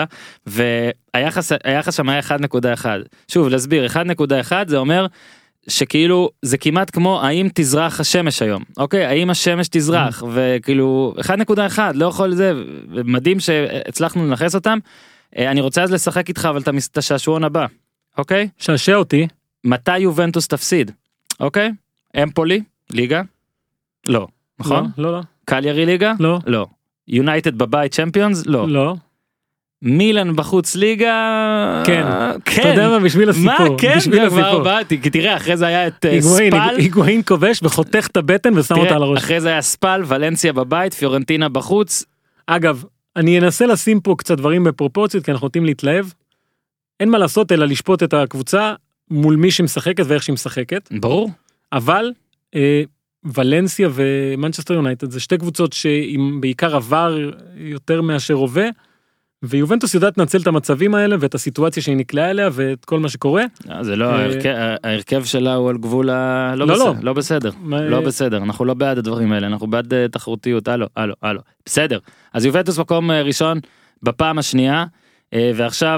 והיחס שם היה אחת נקודה אחת. שוב, להסביר, אחת נקודה אחת זה אומר שכאילו זה כמעט כמו האם תזרח השמש היום, אוקיי? האם השמש תזרח, וכאילו אחת נקודה אחת, לא יכול זה, מדהים שהצלחנו לנחס אותם. אני רוצה אז לשחק איתך, אבל את השעשועון הבא, אוקיי? שעשע אותי. מתי יובנטוס תפסיד? אוקיי? אמפולי, ליגה? לא, נכון? לא, לא. קליירי ליגה? לא. לא. יונייטד בבית צ'מפיונס? לא. לא. מילאן בחוץ ליגה? כן. כן. אתה יודע מה, בשביל הסיפור. מה? כן. בשביל הסיפור. כי תראה, אחרי זה היה את ספל. היגואין כובש וחותך את הבטן ושם אותה על הראש. אחרי זה היה ספל, ולנסיה בבית, פיורנטינה בחוץ. אגב, אני אנסה לשים פה קצת דברים בפרופורציות, כי אנחנו נוטים להתלהב. אין מה לעשות אלא לשפוט את הקבוצה מול מי שמשחקת ואיך שהיא משחקת. ברור. אבל אה, ולנסיה ומנצ'סטר יונייטד זה שתי קבוצות שעם בעיקר עבר יותר מאשר הווה, ויובנטוס יודעת לנצל את המצבים האלה ואת הסיטואציה שהיא נקלעה אליה ואת כל מה שקורה. זה לא, ההרכב שלה הוא על גבול לא בסדר, לא בסדר, אנחנו לא בעד הדברים האלה, אנחנו בעד תחרותיות, הלו, הלו, הלו, בסדר. אז יובנטוס מקום ראשון בפעם השנייה, ועכשיו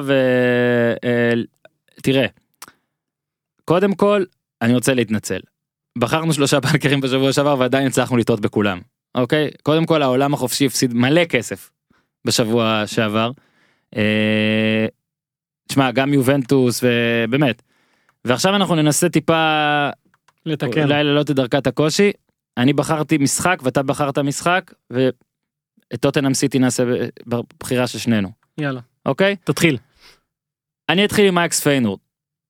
תראה, קודם כל אני רוצה להתנצל. בחרנו שלושה בנקרים בשבוע שעבר ועדיין הצלחנו לטעות בכולם, אוקיי? קודם כל העולם החופשי הפסיד מלא כסף בשבוע שעבר. תשמע, גם יובנטוס ובאמת. ועכשיו אנחנו ננסה טיפה לתקן. אולי ללאות את דרכת הקושי. אני בחרתי משחק ואתה בחרת משחק, ואת טוטנהאם סיטי נעשה בבחירה של שנינו. יאללה. אוקיי? תתחיל. אני אתחיל עם אייקס פיינורד.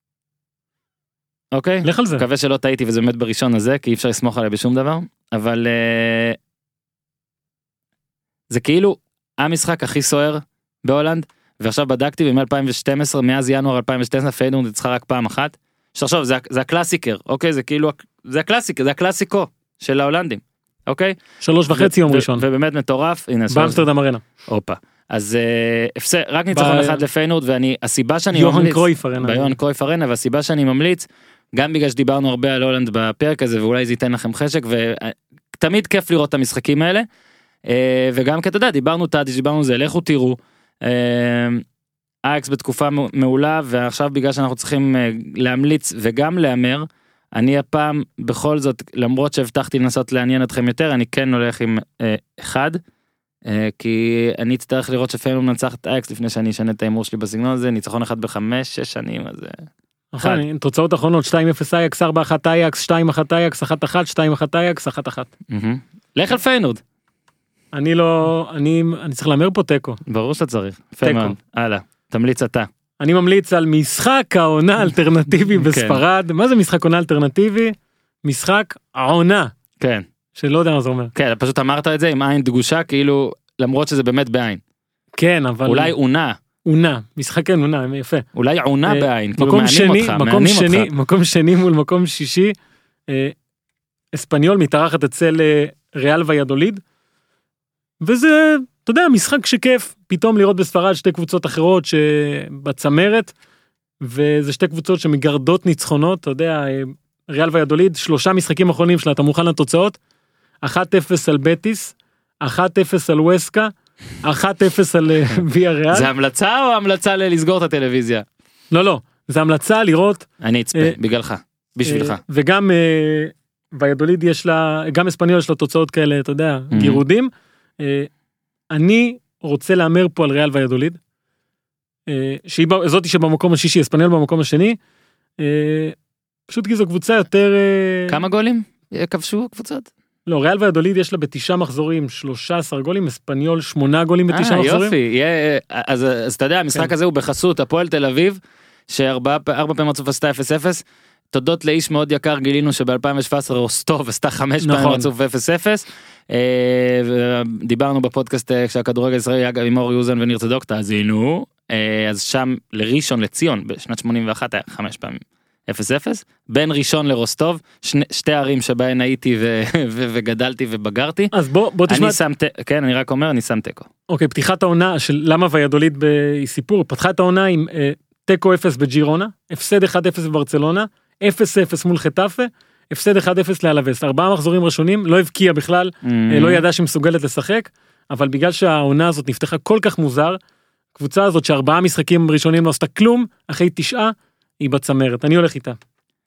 אוקיי? לך על זה. מקווה שלא טעיתי וזה באמת בראשון הזה, כי אי אפשר לסמוך עליה בשום דבר, אבל זה כאילו המשחק הכי סוער בהולנד, ועכשיו בדקתי ב-אלפיים ושתים עשרה, מאז ינואר אלפיים ושתים עשרה, פיינורד ניצחה רק פעם אחת. שתחשוב, זה, זה הקלאסיקר, אוקיי? זה כאילו, זה הקלאסיקר, זה הקלאסיקו של ההולנדים, אוקיי? שלוש וחצי יום ראשון. ובאמת מטורף. באמסטרדם ארנה. אופה. אז הפסד, רק ניצחון אחד לפיינורד, ואני, הסיבה שאני ממליץ, יוהאן קרויף ארנה. ביוהאן קרויף ארנה, והסיבה שאני ממליץ, גם בגלל שדיברנו הרבה על הולנד בפרק הזה, ואולי זה ייתן לכם חשק, ותמיד כיף לראות את המשחקים האלה, וגם כי אתה יודע, דיברנו תעדי, דיברנו זה, לכו תראו, אייקס בתקופה מעולה, ועכשיו בגלל שאנחנו צריכים להמליץ וגם לאמר, אני הפעם בכל זאת, למרות שהבטחתי לנסות לעניין אתכם יותר, אני כן הולך עם אחד, כי אני אצטרך לראות שפיינור מנצח את אייקס לפני שאני אשנה את האימור שלי בסגנון הזה, ניצחון אחד בחמש, שש שנים, אז... נכון, תוצאות אחרונות, שתיים אפס אייקס, ארבע אחת אייקס, שתיים אחת אייקס, אחת אחת, שתיים אחת אייקס, אחת אחת. לך על פיינורד. אני לא, אני, אני צריך לאמר פה טקו. ברור שאתה צריך. תיקו. הלאה, תמליץ אתה. אני ממליץ על משחק העונה אלטרנטיבי בספרד. מה זה משחק עונה אלטרנטיבי? משחק העונה. כן. שלא יודע מה זה אומר. כן, פשוט אמרת את זה עם עין דגושה, כאילו, למרות שזה באמת בעין. כן, אבל... אולי עונה. עונה, משחק כן, עונה, יפה. אולי עונה בעין, כאילו מקום מענים שני, אותך, מקום מענים שני, אותך. מקום שני מול מקום שישי, אה, אספניול מתארחת אצל אה, ריאל ויאדוליד, וזה, אתה יודע, משחק שכיף, פתאום לראות בספרד שתי קבוצות אחרות שבצמרת, וזה שתי קבוצות שמגרדות ניצחונות, אתה יודע, אה, ריאל ויאדוליד, שלושה משחקים אחרונים שלה, אתה מוכן לתוצאות? אחת אפס על בטיס, אחת אפס על וסקה, אחת אפס על ויה ריאל. זה המלצה או המלצה לסגור את הטלוויזיה? לא, לא, זה המלצה לראות. אני אצפה, בגללך, בשבילך. וגם ויאדוליד יש לה, גם אספניול יש לה תוצאות כאלה, אתה יודע, גירודים. אני רוצה לאמר פה על ריאל ויאדוליד, זאתי שבמקום השישי, אספניול במקום השני, פשוט כי זו קבוצה יותר... כמה גולים כבשו קבוצות? לא, ריאל ויאדוליד יש לה בתשעה מחזורים שלושה עשר גולים, אספניול שמונה גולים בתשעה מחזורים. יופי, יהיה, אז, אז אתה יודע, המשחק הזה הוא בחסות הפועל תל אביב, שארבע פעמים רצוף עשתה אפס אפס, תודות לאיש מאוד יקר גילינו שב-אלפיים שבע עשרה רוסטוב עשתה חמש פעמים רצוף אפס אפס, דיברנו בפודקאסט כשהכדורגל הישראלי אגב עם אור יוזן וניר צדוק, תאזינו, אז שם לראשון לציון בשנת שמונים ואחת היה חמש פעמים. אפס אפס, בין ראשון לרוסטוב, שני, שתי ערים שבהן הייתי ו, ו, וגדלתי ובגרתי. אז בוא, בוא תשמע. אני שם, כן, אני רק אומר, אני שם טקו. אוקיי, פתיחת העונה של למה ויאדוליד בסיפור, פתחה את העונה עם אה, טקו אפס בג'ירונה, הפסד אחד אפס בברצלונה, אפס אפס מול חטאפה, הפסד אחד אפס לאלווס, ארבעה מחזורים ראשונים, לא הבקיע בכלל, mm-hmm. אה, לא ידע שמסוגלת לשחק, אבל בגלל שהעונה הזאת נפתחה כל כך מוזר, קבוצה הזאת שארבעה משחקים ראשונים לא עשתה כלום, אחרי תשעה, היא בצמרת, אני הולך איתה.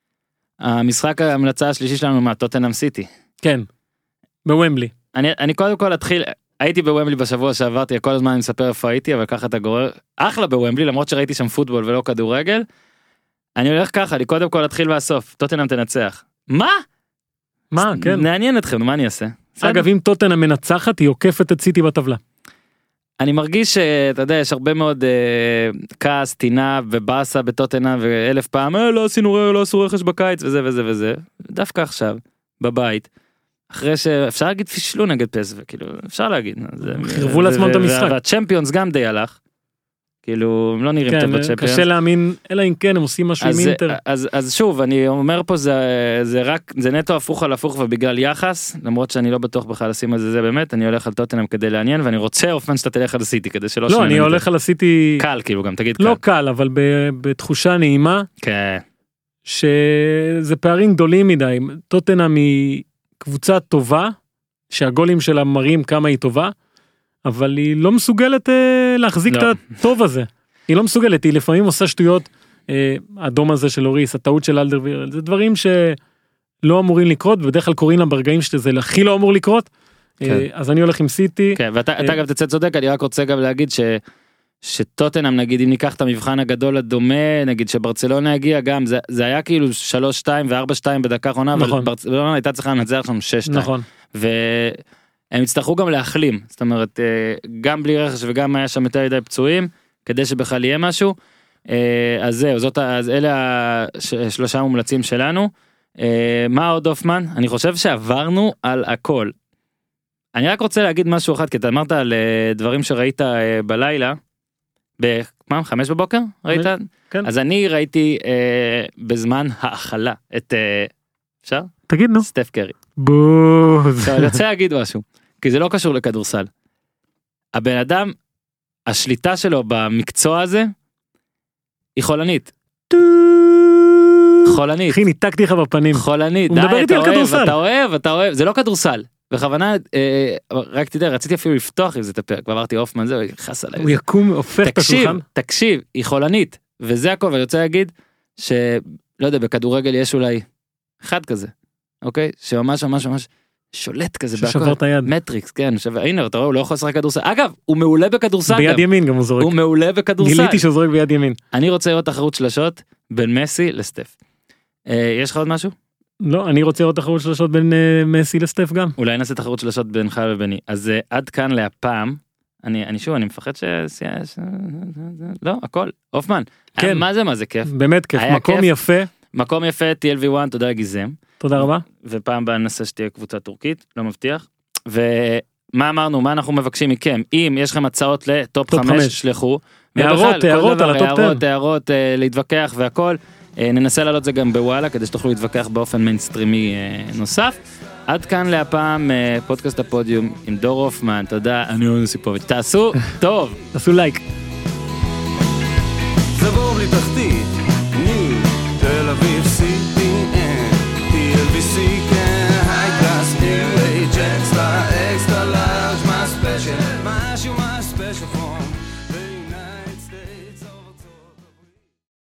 המשחק ההמלצה השלישי שלנו מה, טוטנהאם סיטי. כן, בוומבלי. אני, אני קודם כל אתחיל, הייתי בוומבלי בשבוע שעברתי, כל הזמן אני מספר איפה הייתי, אבל ככה אתה גורר, אחלה בוומבלי, למרות שראיתי שם פוטבול ולא כדורגל, אני הולך ככה, אני קודם כל אתחיל והסוף, טוטנהאם תנצח. מה? מה, כן. נעניין אתכם, מה אני אעשה? אגב, אם טוטנהאם מנצחת, היא עוקפת את סיטי בטבלה. אני מרגיש שאתה יודע, יש הרבה מאוד אה, כעס, טינה ובאסה בטוטנהאם ואלף פעם, אה, לא עשינו, לא עשו רכש בקיץ וזה וזה וזה. דווקא עכשיו, בבית, אחרי שאפשר להגיד פישלו נגד פס, וכאילו, אפשר להגיד. חרבו לעצמם את המשחק. והצ'מפיונס גם די הלך. כאילו, הם לא נראים טוב בצ'מפיונס. קשה להאמין, אלא אם כן, הם עושים משהו עם אינטר. אז, אז שוב, אני אומר פה, זה, זה רק, זה נטו הפוך על הפוך ובגלל יחס, למרות שאני לא בטוח בכלל לשים על זה, זה באמת, אני הולך על טוטנהאם כדי לעניין, ואני רוצה אופן שאתה תלך על הסיטי, כדי שלא... לא, אני הולך על הסיטי... קל, כאילו, גם תגיד קל. לא קל, אבל בתחושה נעימה. כן. שזה פערים גדולים מדי. טוטנהאם היא קבוצה טובה, שהגולים שלה מראים כמה היא טובה, אבל היא לא מסוגלת אה, להחזיק לא. את הטוב הזה. היא לא מסוגלת, היא לפעמים עושה שטויות, אה, האדום הזה של אוריס, הטעות של אלדרווירל, זה דברים שלא אמורים לקרות, ובדרך כלל קוראים לה ברגעים שזה הכי לא אמור לקרות, כן. אה, אז אני הולך עם סיטי. כן, ואתה אה, גם תצא צודק, אני רק רוצה גם להגיד ש... שטוטנהאם נגיד אם ניקח את המבחן הגדול הדומה נגיד שברצלונה הגיע גם זה, זה היה כאילו שלוש שתיים ו-ארבע שתיים בדקה האחרונה נכון. אבל ברצלונה הייתה צריכה לנצח שם שש שתיים נכון. והם יצטרכו גם להחלים זאת אומרת גם בלי רכש וגם היה שם יותר ידי פצועים כדי שבכלל יהיה משהו אז זהו זאת, אז אלה השלושה מומלצים שלנו מה עוד אופמן אני חושב שעברנו על הכל אני רק רוצה להגיד משהו אחד כי אתה אמרת על דברים שראית בלילה בפעם חמש בבוקר ראית? כן. אז אני ראיתי אה, בזמן האכלה את אה, אפשר? תגיד נו. סטף קרי. בוז. אני רוצה להגיד משהו, כי זה לא קשור לכדורסל. הבן אדם, השליטה שלו במקצוע הזה, היא חולנית. חולנית. אחי, ניתקתי לך בפנים. חולנית. הוא מדבר איתי על כדורסל. אתה אוהב, אתה אוהב, זה לא כדורסל. בכוונה, אה, רק תדע, רציתי אפילו לפתוח עם זה את הפרק, ואמרתי אופמן זה, הוא יחס עליי. הוא יקום, הופך את השולחן. תקשיב, היא חולנית, וזה הכל, ואני רוצה להגיד, שלא יודע, בכדורגל יש אולי אחד כזה, אוקיי? שממש ממש ממש שולט כזה ששבר את היד. מטריקס, כן, שבר, הנה, אתה רואה, הוא לא יכול לשחק כדורסל. אגב, הוא מעולה בכדורסל ביד גם. ימין גם הוא זורק. הוא מעולה בכדורסל. גיליתי שהוא זורק ביד ימין. אני רוצה לראות תחרות שלשות בין מסי לסטף. אה, יש לך עוד משהו? לא, אני רוצה לראות תחרות שלשות בין uh, מסי לסטף גם. אולי נעשה תחרות שלשות בינך וביני. אז uh, עד כאן להפעם, אני, אני שוב, אני מפחד ש... לא, הכל, אופמן. כן. מה זה, מה זה כיף? באמת כיף, היה מקום כיף. יפה. מקום יפה, טי אל וי וואן, תודה גיזם. תודה רבה. ופעם הבאה ננסה שתהיה קבוצה טורקית, לא מבטיח. ומה אמרנו, מה אנחנו מבקשים מכם? אם יש לכם הצעות לטופ טופ חמש, חמש. שלחו. הערות, ובכלל, כל הערות דבר, על הטופ הערות, עשר. הערות, אה, להתווכח והכל. אה, ננסה לעלות זה גם בוואלה, כדי שתוכלו להתווכח באופן מיינסטרימי אה, נוסף. עד כאן להפעם, אה, פודקאסט הפודיום עם דור הופמן, תודה, אני אוהב סיפוביץ'. תעשו טוב. תעשו לייק.